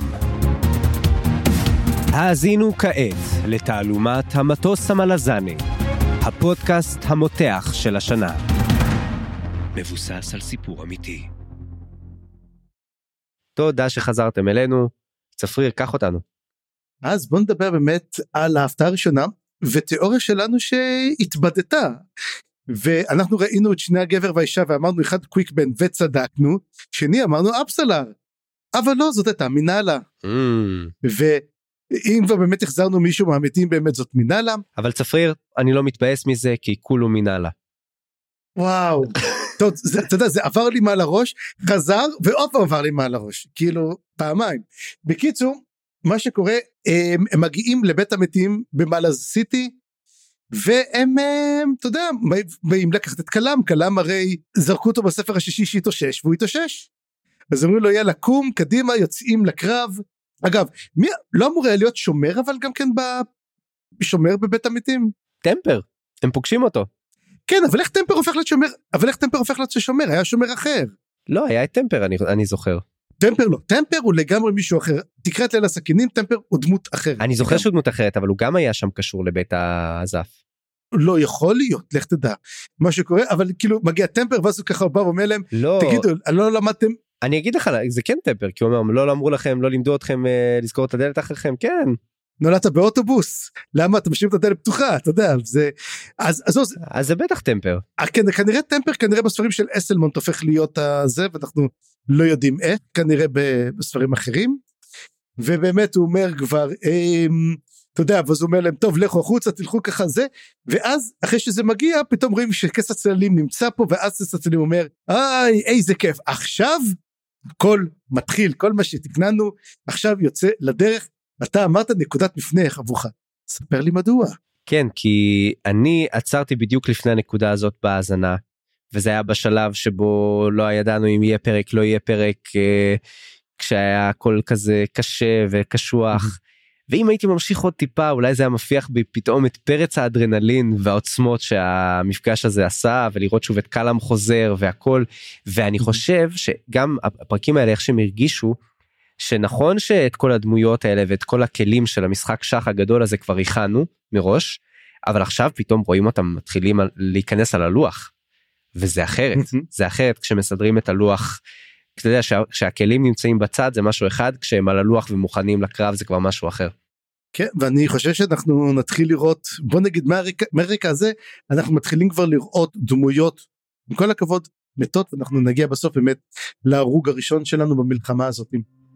האזינו כעת לתעלומת המטוס המלזני, הפודקאסט המותח של השנה. מבוסס על סיפור אמיתי. תודה שחזרתם אלינו. צפריר, קח אותנו. אז בוא נדבר באמת על ההפתעה הראשונה, ותיאוריה שלנו שהתבדתה. ואנחנו ראינו את שני הגבר והאישה ואמרנו אחד קוויקבן וצדקנו, שני אמרנו אפסלר, אבל לא, זאת הייתה מנהלה. Mm. ואם כבר באמת החזרנו מישהו מהמתים, באמת זאת מנהלה. אבל צפריר, אני לא מתבאס מזה, כי כולו מנהלה. וואו, טוב, אתה יודע, זה עבר לי מעל הראש, חזר ועוד פעם עבר לי מעל הראש, כאילו פעמיים. בקיצור, מה שקורה, הם, הם מגיעים לבית המתים במלז סיטי, והם, אתה יודע, באים לקחת את קלם, קלם הרי זרקו אותו בספר השישי שהתאושש, והוא התאושש. אז אמרו לו, יאללה, קום, קדימה, יוצאים לקרב. אגב, מי, לא אמור היה להיות שומר, אבל גם כן שומר בבית המתים? טמפר, הם פוגשים אותו. כן, אבל איך טמפר הופך להיות שומר? אבל איך טמפר הופך להיות שומר? היה שומר אחר. לא, היה את טמפר, אני, אני זוכר. טמפר לא, טמפר הוא לגמרי מישהו אחר. תקרא את ליל הסכינים, טמפר הוא דמות אחרת. אני זוכר שהוא דמות אחרת, אבל הוא גם היה שם קשור לבית הזף. לא יכול להיות, לך תדע מה שקורה, אבל כאילו מגיע טמפר, ואז הוא ככה בא ואומר להם, לא. תגידו, לא למדתם? אני אגיד לך, זה כן טמפר, כי הוא אומר, לא אמרו לכם, לא לימדו אתכם אה, לזכור את הדלת אחריכם, כן. נולדת באוטובוס, למה אתה משאיר את הדלת פתוחה, אתה יודע, זה, אז, אז, אז, אז זה בטח טמפר. כן, כנראה טמפר, כנראה בספרים של אסלמונט הופך להיות הזה, ואנחנו לא יודעים איך, כנראה בספרים אחרים, ובאמת הוא אומר כבר, אמ, אתה יודע, ואז הוא אומר להם, טוב, לכו החוצה, תלכו ככה זה, ואז אחרי שזה מגיע, פתאום רואים שכס הצללים נמצא פה, ואז כס הצללים אומר, איי, איזה כיף, עכשיו, הכל מתחיל, כל מה שתקננו, עכשיו יוצא לדרך, אתה אמרת נקודת מפנה עבורך, ספר לי מדוע. כן, כי אני עצרתי בדיוק לפני הנקודה הזאת בהאזנה, וזה היה בשלב שבו לא ידענו אם יהיה פרק, לא יהיה פרק, כשהיה הכל כזה קשה וקשוח, ואם הייתי ממשיך עוד טיפה, אולי זה היה מפיח בי פתאום את פרץ האדרנלין והעוצמות שהמפגש הזה עשה, ולראות שוב את קלם חוזר והכל, ואני חושב שגם הפרקים האלה, איך שהם הרגישו, שנכון שאת כל הדמויות האלה, ואת כל הכלים של המשחק שח הגדול הזה כבר הכנו מראש, אבל עכשיו פתאום רואים אותם מתחילים להיכנס על הלוח, וזה אחרת, זה אחרת כשמסדרים את הלוח, אתה יודע שהכלים נמצאים בצד זה משהו אחד, כשהם על הלוח ומוכנים לקרב זה כבר משהו אחר. כן, ואני חושב שאנחנו נתחיל לראות, בוא נגיד מהרקע, מהרקע הזה, אנחנו מתחילים כבר לראות דמויות, עם כל הכבוד, מתות, ואנחנו נגיע בסוף באמת להרוג הראשון שלנו במלחמה הזאת.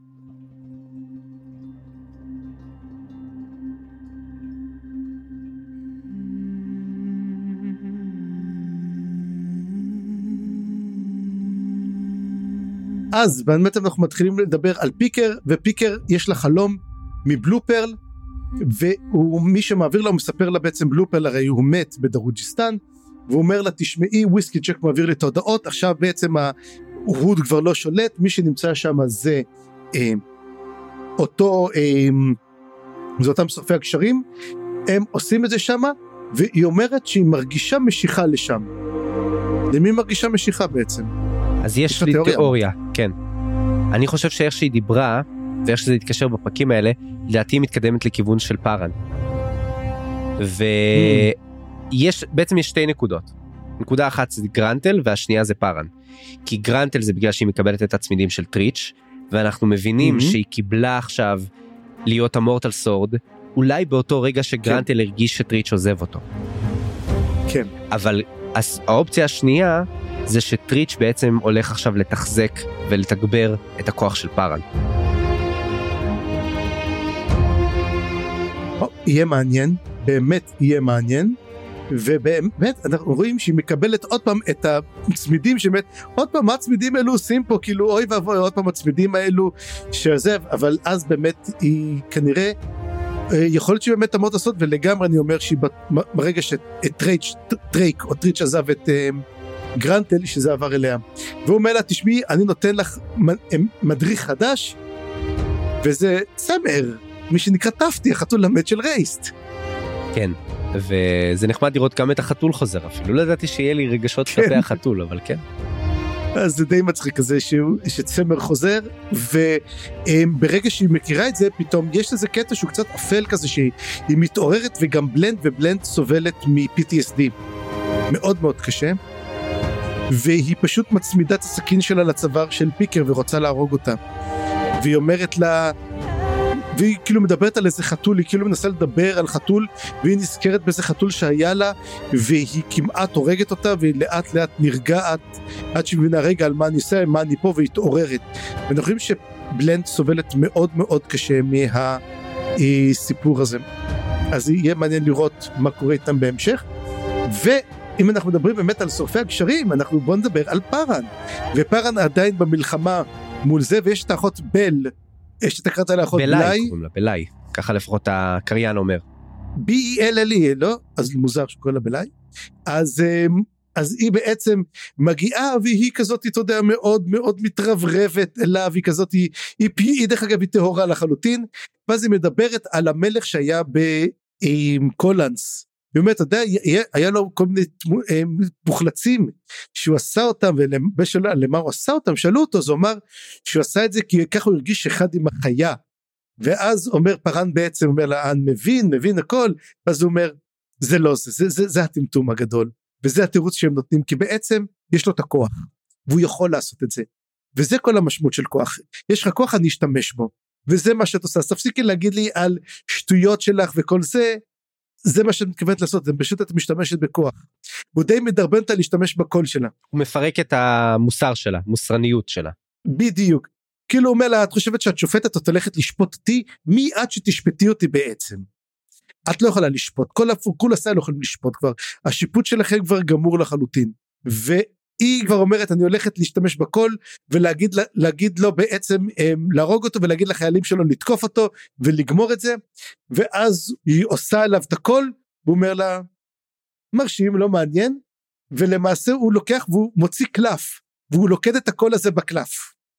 אז באמת אנחנו מתחילים לדבר על פיקר, ופיקר יש לה חלום מבלופרל, והוא מי שמעביר לה, הוא מספר לה בעצם בלופרל, הרי הוא מת בדרוג'יסטן, והוא אומר לה תשמעי, וויסקי ג'ק מעביר לי את ההודעות, עכשיו בעצם ההוד כבר לא שולט, מי שנמצא שם זה אה, אותו, אה, זה אותם שורפי הקשרים, הם עושים את זה שם, והיא אומרת שהיא מרגישה משיכה לשם. למי מרגישה משיכה בעצם? אז יש לי תיאוריה. תיאוריה, כן. אני חושב שאיך שהיא דיברה, ואיך שזה יתקשר בפרקים האלה, לדעתי היא מתקדמת לכיוון של פארן. ויש, בעצם יש שתי נקודות. נקודה אחת זה גרנטל, והשנייה זה פארן. כי גרנטל זה בגלל שהיא מקבלת את הצמידים של טריץ', ואנחנו מבינים שהיא קיבלה עכשיו להיות המורטל סורד, אולי באותו רגע שגרנטל הרגיש שטריץ' עוזב אותו. כן. אבל האופציה השנייה, זה שטריץ' בעצם הולך עכשיו לתחזק ולתגבר את הכוח של פארן. יהיה מעניין, באמת יהיה מעניין, ובאמת אנחנו רואים שהיא מקבלת עוד פעם את הצמידים שבאמת עוד פעם מה הצמידים האלו עושים פה כאילו אוי ואבוי עוד פעם הצמידים האלו שעזב אבל אז באמת היא כנראה יכול להיות שהיא באמת תמות לעשות ולגמרי אני אומר שהיא ברגע שטרייק או טריץ' עזב את גרנטל שזה עבר אליה והוא אומר לה תשמעי אני נותן לך מדריך חדש וזה סמר מי שנקרא טפטי החתול למד של רייסט. כן וזה נחמד לראות גם את החתול חוזר אפילו לא ידעתי שיהיה לי רגשות כלפי החתול אבל כן. אז זה די מצחיק כזה שצמר חוזר וברגע שהיא מכירה את זה פתאום יש לזה קטע שהוא קצת אפל כזה שהיא מתעוררת וגם בלנד ובלנד סובלת מ-פי טי אס די מאוד מאוד קשה והיא פשוט מצמידה את הסכין שלה לצוואר של פיקר ורוצה להרוג אותה והיא אומרת לה והיא כאילו מדברת על איזה חתול, היא כאילו מנסה לדבר על חתול, והיא נזכרת באיזה חתול שהיה לה, והיא כמעט הורגת אותה, והיא לאט לאט נרגעת, עד שהיא מבינה רגע על מה אני עושה, מה אני פה, והיא התעוררת. ואנחנו חושבים שבלנד סובלת מאוד מאוד קשה מהסיפור הזה. אז יהיה מעניין לראות מה קורה איתם בהמשך. ואם אנחנו מדברים באמת על שורפי הקשרים, אנחנו בוא נדבר על פארן. ופארן עדיין במלחמה מול זה, ויש את האחות בל, יש את הקראת על האחות בלאי. בלאי, ככה לפחות הקריין אומר. בי אי אל אל אי, לא? אז מוזר שקורא לה בלאי. אז, אז היא בעצם מגיעה, והיא כזאת, אתה יודע, מאוד מאוד מתרברבת אליו, היא כזאת, היא, היא, היא דרך אגב, היא טהורה לחלוטין, ואז היא מדברת על המלך שהיה בקולנס. היא אומרת, אתה יודע, היה לו כל מיני מוחלצים שהוא עשה אותם, ובשאלה למה הוא עשה אותם, שאלו אותו, אז הוא אמר שהוא עשה את זה כי ככה הוא הרגיש אחד עם החיה, ואז אומר פארן בעצם, אומר לה, אני מבין, מבין הכל, ואז הוא אומר, זה לא זה, זה, זה, זה הטמטום הגדול, וזה התירוץ שהם נותנים, כי בעצם יש לו את הכוח, והוא יכול לעשות את זה, וזה כל המשמעות של כוח, יש לך כוח, אני אשתמש בו, וזה מה שאת עושה, אז תפסיקי להגיד לי על שטויות שלך וכל זה, זה מה שאת מתכוונת לעשות, זה פשוט את משתמשת בכוח, הוא די מדרבן אותה להשתמש בקול שלה. הוא מפרק את המוסר שלה, מוסרניות שלה. בדיוק, כאילו הוא אומר לה, את חושבת שאת שופטת, את הולכת לשפוט אותי, מי את שתשפטי אותי בעצם? את לא יכולה לשפוט, כל הפורקול עשה לא יכולים לשפוט כבר, השיפוט שלכם כבר גמור לחלוטין, והיא כבר אומרת, אני הולכת להשתמש בקול, ולהגיד להגיד לו בעצם, להרוג אותו, ולהגיד לחיילים שלו לתקוף אותו, ולגמור את זה, ואז היא עושה עליו את הקול, והוא אומר לה, מרשים, לא מעניין, ולמעשה הוא לוקח, והוא מוציא קלף, והוא לוקד את הקול הזה בקלף.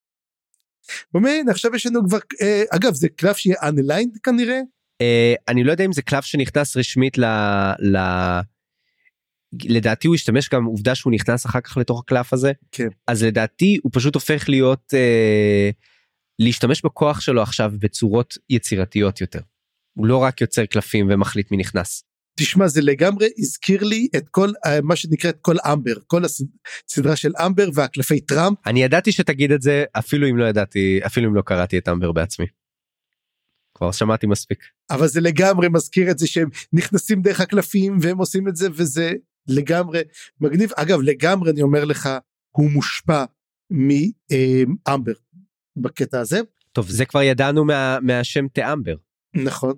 ומן, עכשיו יש לנו כבר, אגב, זה קלף שיהיה unaligned כנראה? אני לא יודע אם זה קלף שנכנס רשמית ל... לדעתי הוא ישתמש גם עובדה שהוא נכנס אחר כך לתוך הקלף הזה, כן. אז לדעתי הוא פשוט הופך להיות, אה, להשתמש בכוח שלו עכשיו בצורות יצירתיות יותר. הוא לא רק יוצר קלפים ומחליט מי נכנס. תשמע, זה לגמרי הזכיר לי את כל, מה שנקרא את כל אמבר, כל הסדרה של אמבר והקלפי טראמפ. אני ידעתי שתגיד את זה, אפילו אם לא ידעתי, אפילו אם לא קראתי את אמבר בעצמי. כבר שמעתי מספיק. אבל זה לגמרי מזכיר את זה שהם נכנסים דרך הקלפים והם עושים את זה, וזה לגמרי מגניב. אגב, לגמרי אני אומר לך, הוא מושפע מאמבר בקטע הזה. טוב, זה כבר ידענו מה, מהשם תאמבר. נכון.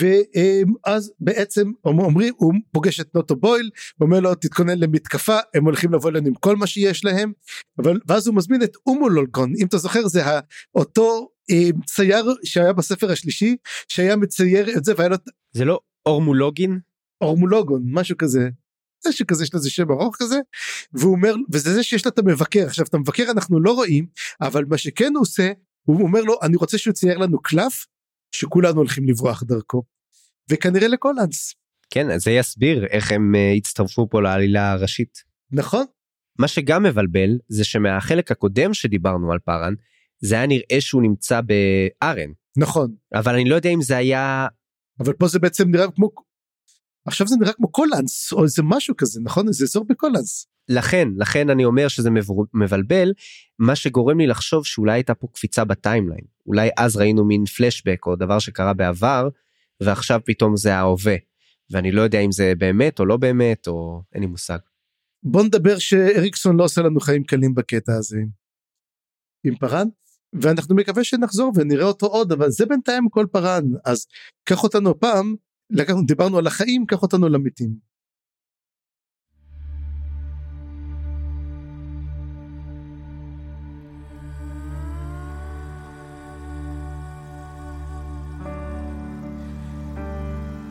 ואז בעצם אומרים, הוא פוגש את נוטו בויל, ואומר לו תתכונן למתקפה, הם הולכים לבוא לנו עם כל מה שיש להם, אבל, ואז הוא מזמין את אומולוגון, אם אתה זוכר זה אותו צייר שהיה בספר השלישי, שהיה מצייר את זה, והיה לו... זה לא אורמולוגין? אורמולוגון, משהו כזה, משהו כזה, יש לזה שם ארוך כזה, והוא אומר, וזה זה שיש לה את המבקר, עכשיו את המבקר אנחנו לא רואים, אבל מה שכן הוא עושה, הוא אומר לו, אני רוצה שהוא צייר לנו קלף, שכולנו הולכים לברוח דרכו, וכנראה לקולנס. כן, זה יסביר איך הם uh, הצטרפו פה לעלילה הראשית. נכון. מה שגם מבלבל, זה שמהחלק הקודם שדיברנו על פארן, זה היה נראה שהוא נמצא בארן. נכון. אבל אני לא יודע אם זה היה... אבל פה זה בעצם נראה כמו... עכשיו זה נראה כמו קולנס, או איזה משהו כזה, נכון? איזה אזור בקולנס. לכן, לכן אני אומר שזה מבלבל, מה שגורם לי לחשוב שאולי הייתה פה קפיצה בטיימליין. אולי אז ראינו מין פלשבק או דבר שקרה בעבר, ועכשיו פתאום זה ההווה. ואני לא יודע אם זה באמת או לא באמת, או אין לי מושג. בוא נדבר שאריקסון לא עושה לנו חיים קלים בקטע הזה. עם פארן, ואנחנו מקווה שנחזור ונראה אותו עוד, אבל זה בינתיים כל פארן, אז קח אותנו פעם, לקחנו, דיברנו על החיים, קח אותנו למתים.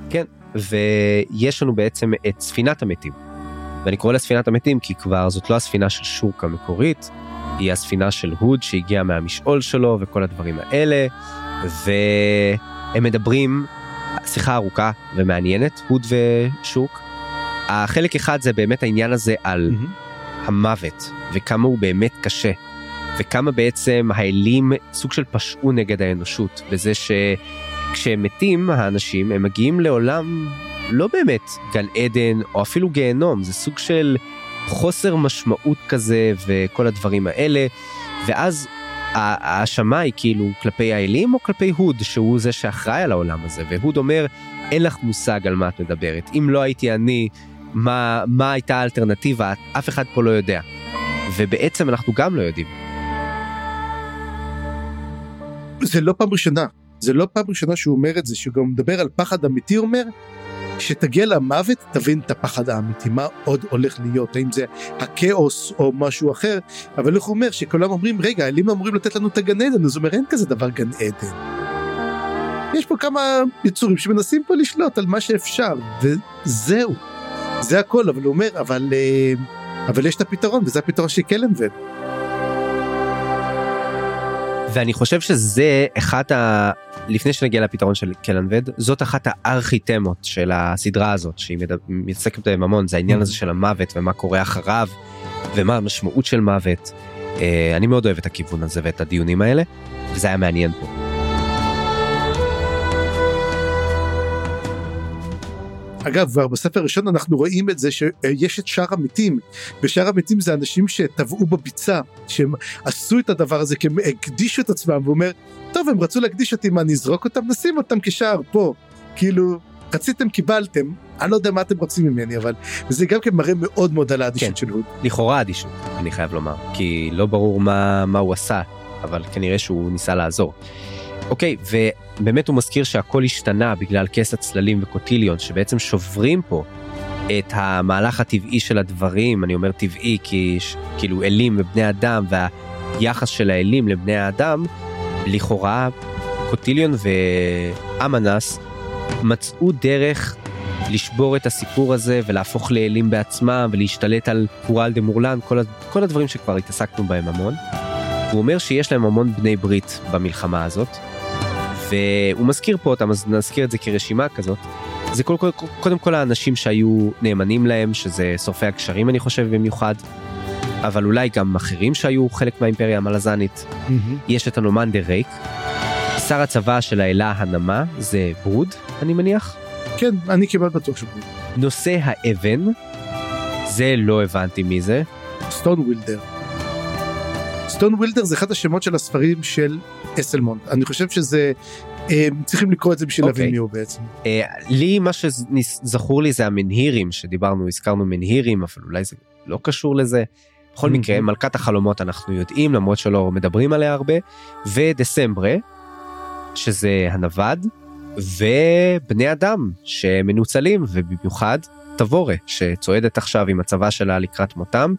כן, ויש לנו בעצם את ספינת המתים. ואני קורא לה ספינת המתים כי כבר זאת לא הספינה של שורק המקורית, היא הספינה של הוד שהגיעה מהמשעול שלו וכל הדברים האלה, והם מדברים שיחה ארוכה ומעניינת, הוד ושורק. החלק אחד זה באמת העניין הזה על mm-hmm. המוות, וכמה הוא באמת קשה, וכמה בעצם האלים סוג של פשעו נגד האנושות, בזה שכשהם מתים האנשים, הם מגיעים לעולם לא באמת גן עדן, או אפילו גיהנום, זה סוג של חוסר משמעות כזה, וכל הדברים האלה, ואז האשמה היא כאילו כלפי האלים, או כלפי הוד, שהוא זה שאחראי על העולם הזה, והוד אומר, אין לך מושג על מה את מדברת, אם לא הייתי אני, מה, מה הייתה האלטרנטיבה, אף אחד פה לא יודע, ובעצם אנחנו גם לא יודעים. זה לא פעם ראשונה, זה לא פעם ראשונה שהוא אומר את זה, שהוא גם מדבר על פחד אמיתי, הוא אומר, שתגיע למוות, תבין את הפחד האמיתי, מה עוד הולך להיות, האם זה הכאוס או משהו אחר, אבל הוא אומר שכולם אומרים, רגע, האלים אמורים לתת לנו את הגן עדן, אז הוא אומר, אין כזה דבר גן עדן. יש פה כמה יצורים שמנסים פה לשלוט על מה שאפשר, וזהו, זה הכל, אבל הוא אומר, אבל, אבל יש את הפתרון, וזה הפתרון של קלנבד. ואני חושב שזה אחת ה... לפני שנגיע לפתרון של קלנבד, זאת אחת הארכיתמות של הסדרה הזאת, שהיא מתעסקת בהם המון, זה העניין הזה של המוות, ומה קורה אחריו, ומה המשמעות של מוות. אני מאוד אוהב את הכיוון הזה, ואת הדיונים האלה, וזה היה מעניין פה. אגב, כבר בספר הראשון אנחנו רואים את זה שיש את שאר המתים, ושאר המתים זה אנשים שטבעו בביצה, שהם עשו את הדבר הזה, כי הם הקדישו את עצמם, והוא אומר, טוב, הם רצו להקדיש אותי, מה נזרוק אותם, נשים אותם כשאר פה, כאילו, רציתם, קיבלתם, אני לא יודע מה אתם רוצים ממני, אבל, וזה גם כן מראה מאוד מאוד על האדישות כן, של הוד. לכאורה אדישות, אני חייב לומר, כי לא ברור מה, מה הוא עשה, אבל כנראה שהוא ניסה לעזור. אוקיי, ובאמת הוא מזכיר שהכל השתנה בגלל כס הצללים וקוטיליון, שבעצם שוברים פה את המהלך הטבעי של הדברים, אני אומר טבעי כי כאילו אלים ובני אדם, והיחס של האלים לבני האדם, לכאורה קוטיליון ואמנס מצאו דרך לשבור את הסיפור הזה, ולהפוך לאלים בעצמם, ולהשתלט על פורל דה מורלן, כל, כל הדברים שכבר התעסקנו בהם המון. הוא אומר שיש להם המון בני ברית במלחמה הזאת, והוא מזכיר פה אותם, אז נזכיר את זה כרשימה כזאת. זה כל, כל, קודם כל האנשים שהיו נאמנים להם, שזה שורפי הקשרים אני חושב במיוחד, אבל אולי גם אחרים שהיו חלק מהאימפריה המלזנית. Mm-hmm. יש את הנומן דה רייק, שר הצבא של האלה הנמה, זה ברוד, אני מניח? כן, אני כמעט בטוח שברוד. נושא האבן, זה לא הבנתי מי זה. סטון וילדר. סטון וילדר זה אחד השמות של הספרים של אסלמונד. אני חושב שזה, צריכים לקרוא את זה בשביל להבין מי הוא בעצם. לי מה שזכור לי זה המנהירים, שדיברנו, הזכרנו מנהירים, אבל אולי זה לא קשור לזה. בכל מקרה, מלכת החלומות אנחנו יודעים, למרות שלא מדברים עליה הרבה, ודסמברה, שזה הנווד, ובני אדם שמנוצלים, ובמיוחד תבורה, שצועדת עכשיו עם הצבא שלה לקראת מותם,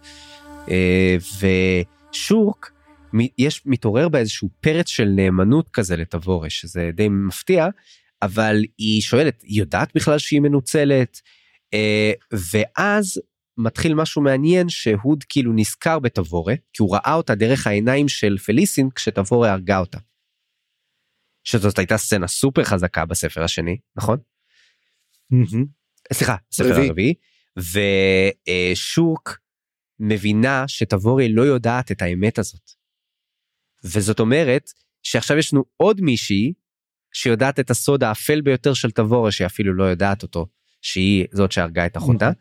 ושורק, יש מתעורר באיזשהו פרץ של נאמנות כזה לתבורה, שזה די מפתיע, אבל היא שואלת, היא יודעת בכלל שהיא מנוצלת, ואז מתחיל משהו מעניין, שהוד כאילו נזכר בתבורה, כי הוא ראה אותה דרך העיניים של פליסין, כשתבורה הרגה אותה. שזאת הייתה סצנה סופר חזקה בספר השני, נכון? סליחה, ספר הרביעי, ושורק מבינה שתבורה לא יודעת את האמת הזאת. וזאת אומרת, שעכשיו יש לנו עוד מישהי, שיודעת את הסוד האפל ביותר של תבורה, שהיא אפילו לא יודעת אותו, שהיא זאת שהרגה את אחותה,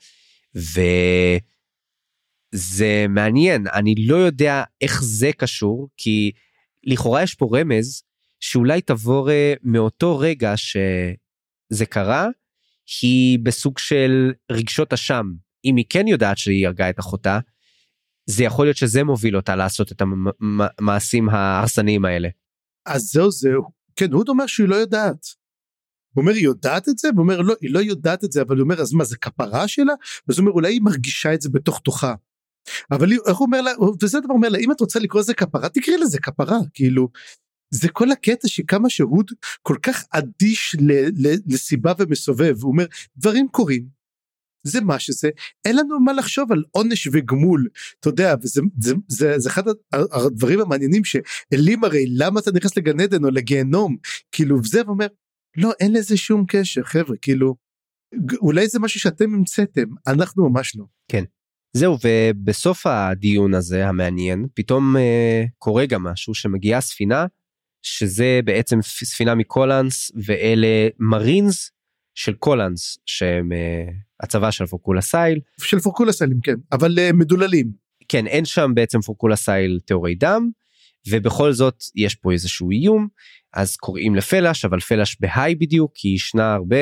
וזה מעניין, אני לא יודע איך זה קשור, כי לכאורה יש פה רמז, שאולי תבורה מאותו רגע שזה קרה, היא בסוג של רגשות אשם, אם היא כן יודעת שהיא הרגה את אחותה, זה יכול להיות שזה מוביל אותה לעשות את המעשים ההרסניים האלה. אז זהו זהו, כן, הוא אומר שהיא לא יודעת. הוא אומר, היא יודעת את זה? הוא אומר, לא, היא לא יודעת את זה, אבל הוא אומר, אז מה, זה כפרה שלה? ואז הוא אומר, אולי היא מרגישה את זה בתוך תוכה. אבל איך הוא אומר לה, וזה דבר אומר לה, אם את רוצה לקרוא לזה כפרה, תקראי לזה כפרה, כאילו, זה כל הקטע שכמה שהוד כל כך אדיש ל- ל- לסיבה ומסובב, הוא אומר דברים קורים, זה מה שזה, אין לנו מה לחשוב על עונש וגמול, אתה יודע, וזה זה, זה, זה אחד הדברים המעניינים שאלים הרי למה אתה נכנס לגן עדן או לגיהנום, כאילו וזה ואומר, לא אין לזה שום קשר חבר'ה, כאילו, אולי זה משהו שאתם המצאתם, אנחנו ממש לא. כן. זהו, ובסוף הדיון הזה המעניין, פתאום אה, קורה גם משהו שמגיעה ספינה, שזה בעצם ספינה מקולנס, ואלה מרינס של קולנס, שהם אה, הצבא של פורקולה סייל. של פורקולה סיילים, כן, אבל אה, מדוללים. כן, אין שם בעצם פורקולה סייל תיאורי דם, ובכל זאת יש פה איזשהו איום, אז קוראים לפלש, אבל פלש בהיי בדיוק, כי ישנה הרבה,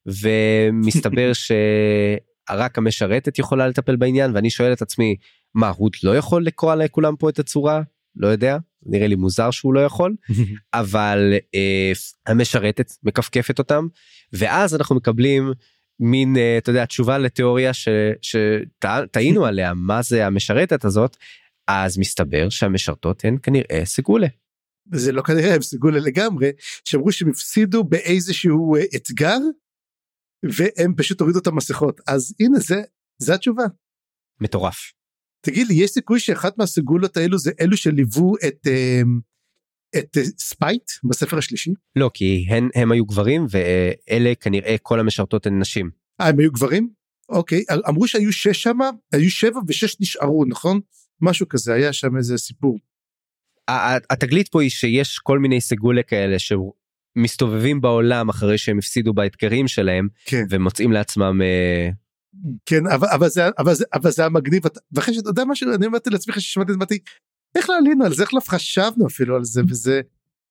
ומסתבר ש... רק המשרתת יכולה לטפל בעניין, ואני שואל את עצמי, מה, הוא לא יכול לקרוא לכולם פה את הצורה? לא יודע, נראה לי מוזר שהוא לא יכול, אבל אה, המשרתת מקפקפת אותם, ואז אנחנו מקבלים מין, אה, אתה יודע, תשובה לתיאוריה שטעינו עליה, מה זה המשרתת הזאת, אז מסתבר שהמשרתות הן כנראה סגולה. זה לא כנראה, הם סגולה לגמרי, שאמרו שהם הפסידו באיזשהו אתגר, והם פשוט הורידו את המסכות, אז הנה זה, זה התשובה. מטורף. תגיד לי, יש סיכוי שאחת מהסגולות האלו זה אלו שליוו את, את ספייט בספר השלישי? לא, כי הם, הם היו גברים, ואלה כנראה כל המשרתות הן נשים. אה, הם היו גברים? אוקיי, אמרו שהיו שש שם, היו שבע ושש נשארו, נכון? משהו כזה, היה שם איזה סיפור. התגלית פה היא שיש כל מיני סגולה כאלה שהוא, מסתובבים בעולם אחרי שהם הפסידו באתגרים שלהם, כן. ומוצאים לעצמם... כן, אבל, אבל, זה, אבל, זה, אבל זה המגניב, ואחרי שאתה יודע משהו, אני אמרתי לעצמך ששמעתי, אמרתי, איך לא עלינו על זה, איך לא חשבנו אפילו על זה, וזה...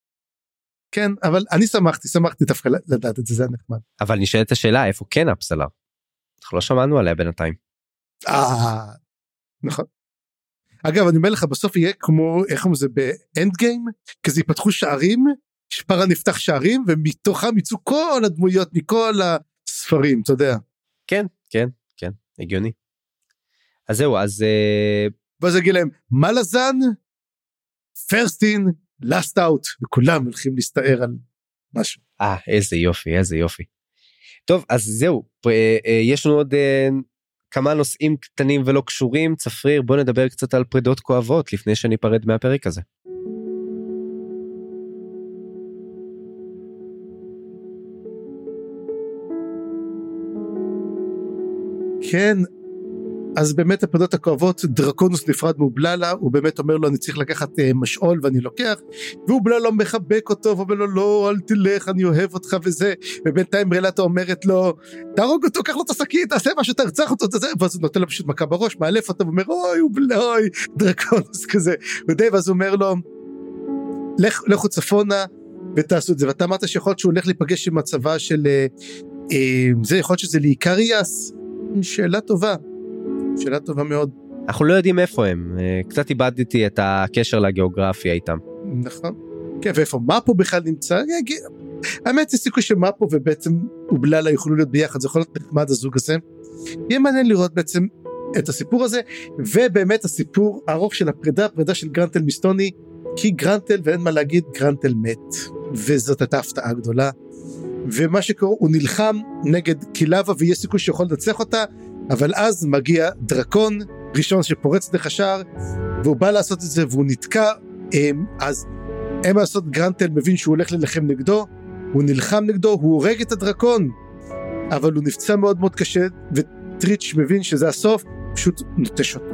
כן, אבל אני שמחתי, שמחתי דווקא לדעת את זה, זה נחמד. אבל נשאלת השאלה, איפה כן הפסלה? אנחנו לא שמענו עליה בינתיים. אה, נכון. אגב, אני אומר לך, בסוף יהיה כמו, איך אומרים זה, באנד גיים, כזה ייפתחו שערים, שפרה נפתח שערים, ומתוכם יצאו כל הדמויות, מכל הספרים, אתה יודע. כן, כן, כן, הגיוני. אז זהו, אז... ואז אגיד להם, מלאזן, פרסטין, לאסט אאוט, וכולם הולכים להסתער על משהו. אה, איזה יופי, איזה יופי. טוב, אז זהו, יש לנו עוד כמה נושאים קטנים ולא קשורים, צפריר, בוא נדבר קצת על פרידות כואבות, לפני שניפרד מהפרק הזה. כן, אז באמת הפרדות הכואבות, דרקונוס נפרד מבללה, הוא באמת אומר לו אני צריך לקחת uh, משעול ואני לוקח, והוא בללה מחבק אותו ואומר לו לא אל תלך אני אוהב אותך וזה, ובינתיים רלטה אומרת לו תהרוג אותו, קח לו את השקית, תעשה משהו, תרצח אותו, תעשה, ואז הוא נותן לו פשוט מכה בראש, מאלף אותו ואומר אוי הוא בלה, אוי דרקונוס כזה, ודי, ואז הוא אומר לו לך, לכו צפונה ותעשו את זה, ואתה אמרת שיכול להיות שהוא הולך להיפגש עם הצבא של uh, uh, זה יכול להיות שזה לאיקריאס, שאלה טובה, שאלה טובה מאוד. אנחנו לא יודעים איפה הם, קצת איבדתי את הקשר לגיאוגרפיה איתם. נכון, כן, ואיפה מפו בכלל נמצא, האמת זה סיכוי שמפו ובעצם ובללה יוכלו להיות ביחד, זה יכול להיות נחמד הזוג הזה, יהיה מעניין לראות בעצם את הסיפור הזה, ובאמת הסיפור הארוך של הפרידה, הפרידה של גרנטל מסטוני, כי גרנטל ואין מה להגיד, גרנטל מת, וזאת הייתה הפתעה גדולה, ומה שקורה, הוא נלחם נגד קילבה, ויש סיכוי שיכול לנצח אותה, אבל אז מגיע דרקון ראשון שפורץ דרך השער, והוא בא לעשות את זה, והוא נתקע, אז אין מה לעשות, גרנטל מבין שהוא הולך ללחם נגדו, הוא נלחם נגדו, הוא הורג את הדרקון, אבל הוא נפצע מאוד מאוד קשה, וטריץ' מבין שזה הסוף, פשוט נוטש אותו.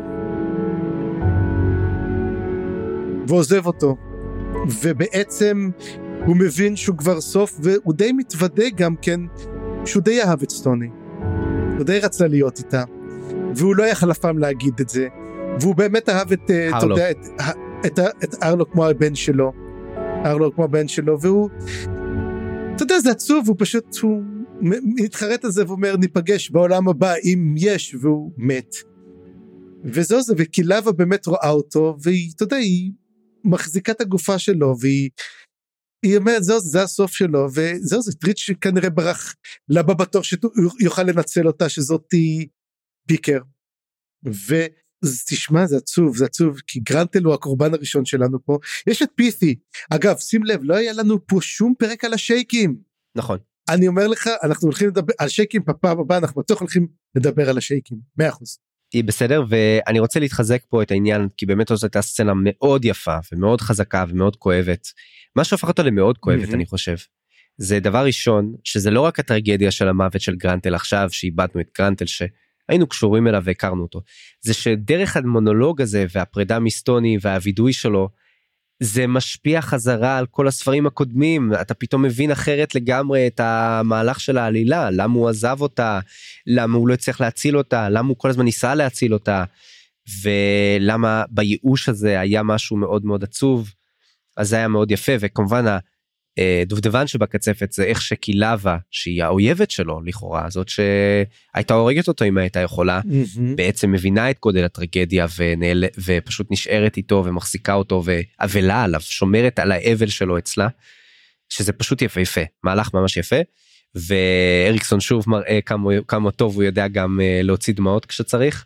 ועוזב אותו, ובעצם הוא מבין שהוא כבר סוף, והוא די מתוודה גם כן, שהוא די אהב את סטוני, הוא די רצה להיות איתה, והוא לא יכל אף פעם להגיד את זה, והוא באמת אהב את, אתה יודע, את, את, את, את ארלו כמו הבן שלו, ארלו כמו הבן שלו, והוא, אתה יודע, זה עצוב, הוא פשוט, הוא מתחרט על זה, ואומר, ניפגש בעולם הבא, אם יש, והוא מת. וזהו זה, וקילבה באמת רואה אותו, והיא, אתה יודע, היא מחזיקה את הגופה שלו, והיא, היא אומרת, זהו, זה הסוף שלו, וזהו, זה טריץ' שכנראה ברח לבא בתור שיוכל לנצל אותה, שזאת פיקר, אז תשמע, זה עצוב, זה עצוב, כי גרנטל הוא הקורבן הראשון שלנו פה. יש את פית'י, אגב, שים לב, לא היה לנו פה שום פרק על השייקים. נכון. אני אומר לך, אנחנו הולכים לדבר על שייקים, בפעם הבאה אנחנו בטוח הולכים לדבר על השייקים, מאה אחוז. היא בסדר, ואני רוצה להתחזק פה את העניין, כי באמת זאת הייתה סצנה מאוד יפה, ומאוד חזקה, ומאוד כואבת. מה שהופך אותה למאוד כואבת, mm-hmm. אני חושב. זה דבר ראשון, שזה לא רק הטרגדיה של המוות של גרנטל עכשיו, שאיבדנו את גרנטל, שהיינו קשורים אליו והכרנו אותו. זה שדרך המונולוג הזה, והפרידה מסטוני, והווידוי שלו, זה משפיע חזרה על כל הספרים הקודמים, אתה פתאום מבין אחרת לגמרי את המהלך של העלילה, למה הוא עזב אותה, למה הוא לא הצליח להציל אותה, למה הוא כל הזמן ניסה להציל אותה, ולמה בייאוש הזה היה משהו מאוד מאוד עצוב, אז זה היה מאוד יפה, וכמובן הדובדבן שבקצפת זה איך שקילאבה, שהיא האויבת שלו לכאורה, זאת שהייתה הורגת אותו אם הייתה יכולה, mm-hmm. בעצם מבינה את גודל הטרגדיה, ונעל... ופשוט נשארת איתו ומחזיקה אותו, ואבלה עליו, שומרת על האבל שלו אצלה, שזה פשוט יפה יפה, מהלך ממש יפה, ואריקסון שוב מראה כמה, כמה טוב הוא יודע גם להוציא דמעות כשצריך,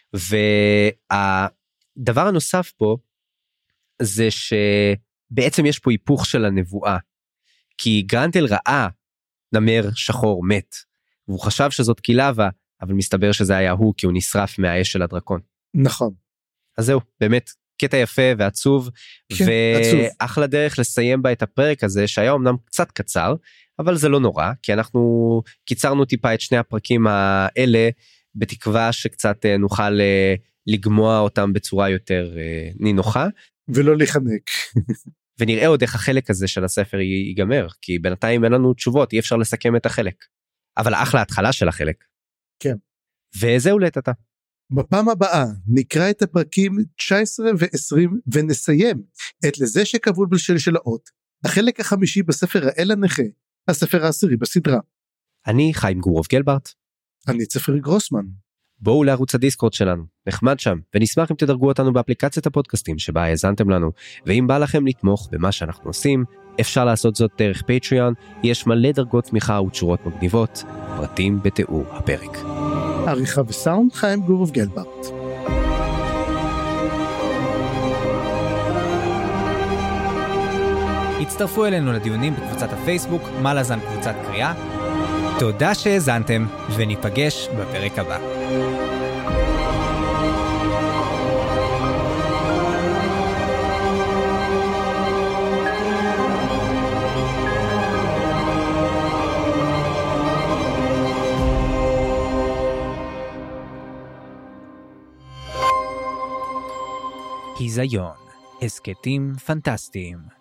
והדבר הנוסף פה, זה שבעצם יש פה היפוך של הנבואה, כי גרנטל ראה נמר שחור מת, והוא חשב שזאת קילאבה, אבל מסתבר שזה היה הוא, כי הוא נשרף מהאש של הדרקון. נכון. אז זהו, באמת קטע יפה ועצוב, כן, ואחלה דרך לסיים בה את הפרק הזה, שהיה אמנם קצת קצר, אבל זה לא נורא, כי אנחנו קיצרנו טיפה את שני הפרקים האלה, בתקווה שקצת נוכל לגמוע אותם בצורה יותר נינוחה. ולא לחנק. ונראה עוד איך החלק הזה של הספר ייגמר, כי בינתיים אין לנו תשובות, אי אפשר לסכם את החלק. אבל אחלה התחלה של החלק. כן. וזהו לטאטה. בפעם הבאה נקרא את הפרקים תשע עשרה ועשרים ונסיים את לזה שכבול בשלשלאות, החלק החמישי בספר האל הנכה, הספר העשירי בסדרה. אני חיים גורוב גלברט. אני צפרי גרוסמן. בואו לערוץ הדיסקורד שלנו, נחמד שם, ונשמח אם תדרגו אותנו באפליקציית הפודקאסטים שבה האזנתם לנו, ואם בא לכם לתמוך במה שאנחנו עושים, אפשר לעשות זאת דרך פטריון, יש מלא דרגות תמיכה ותשורות מגניבות, פרטים בתיאור הפרק. עריכה וסאונד חיים גורוב גלברט. הצטרפו אלינו לדיונים בקבוצת הפייסבוק, מלאזן קבוצת קריאה. תודה שהאזנתם, וניפגש בפרק הבא. היזיון, הסקטים פנטסטיים.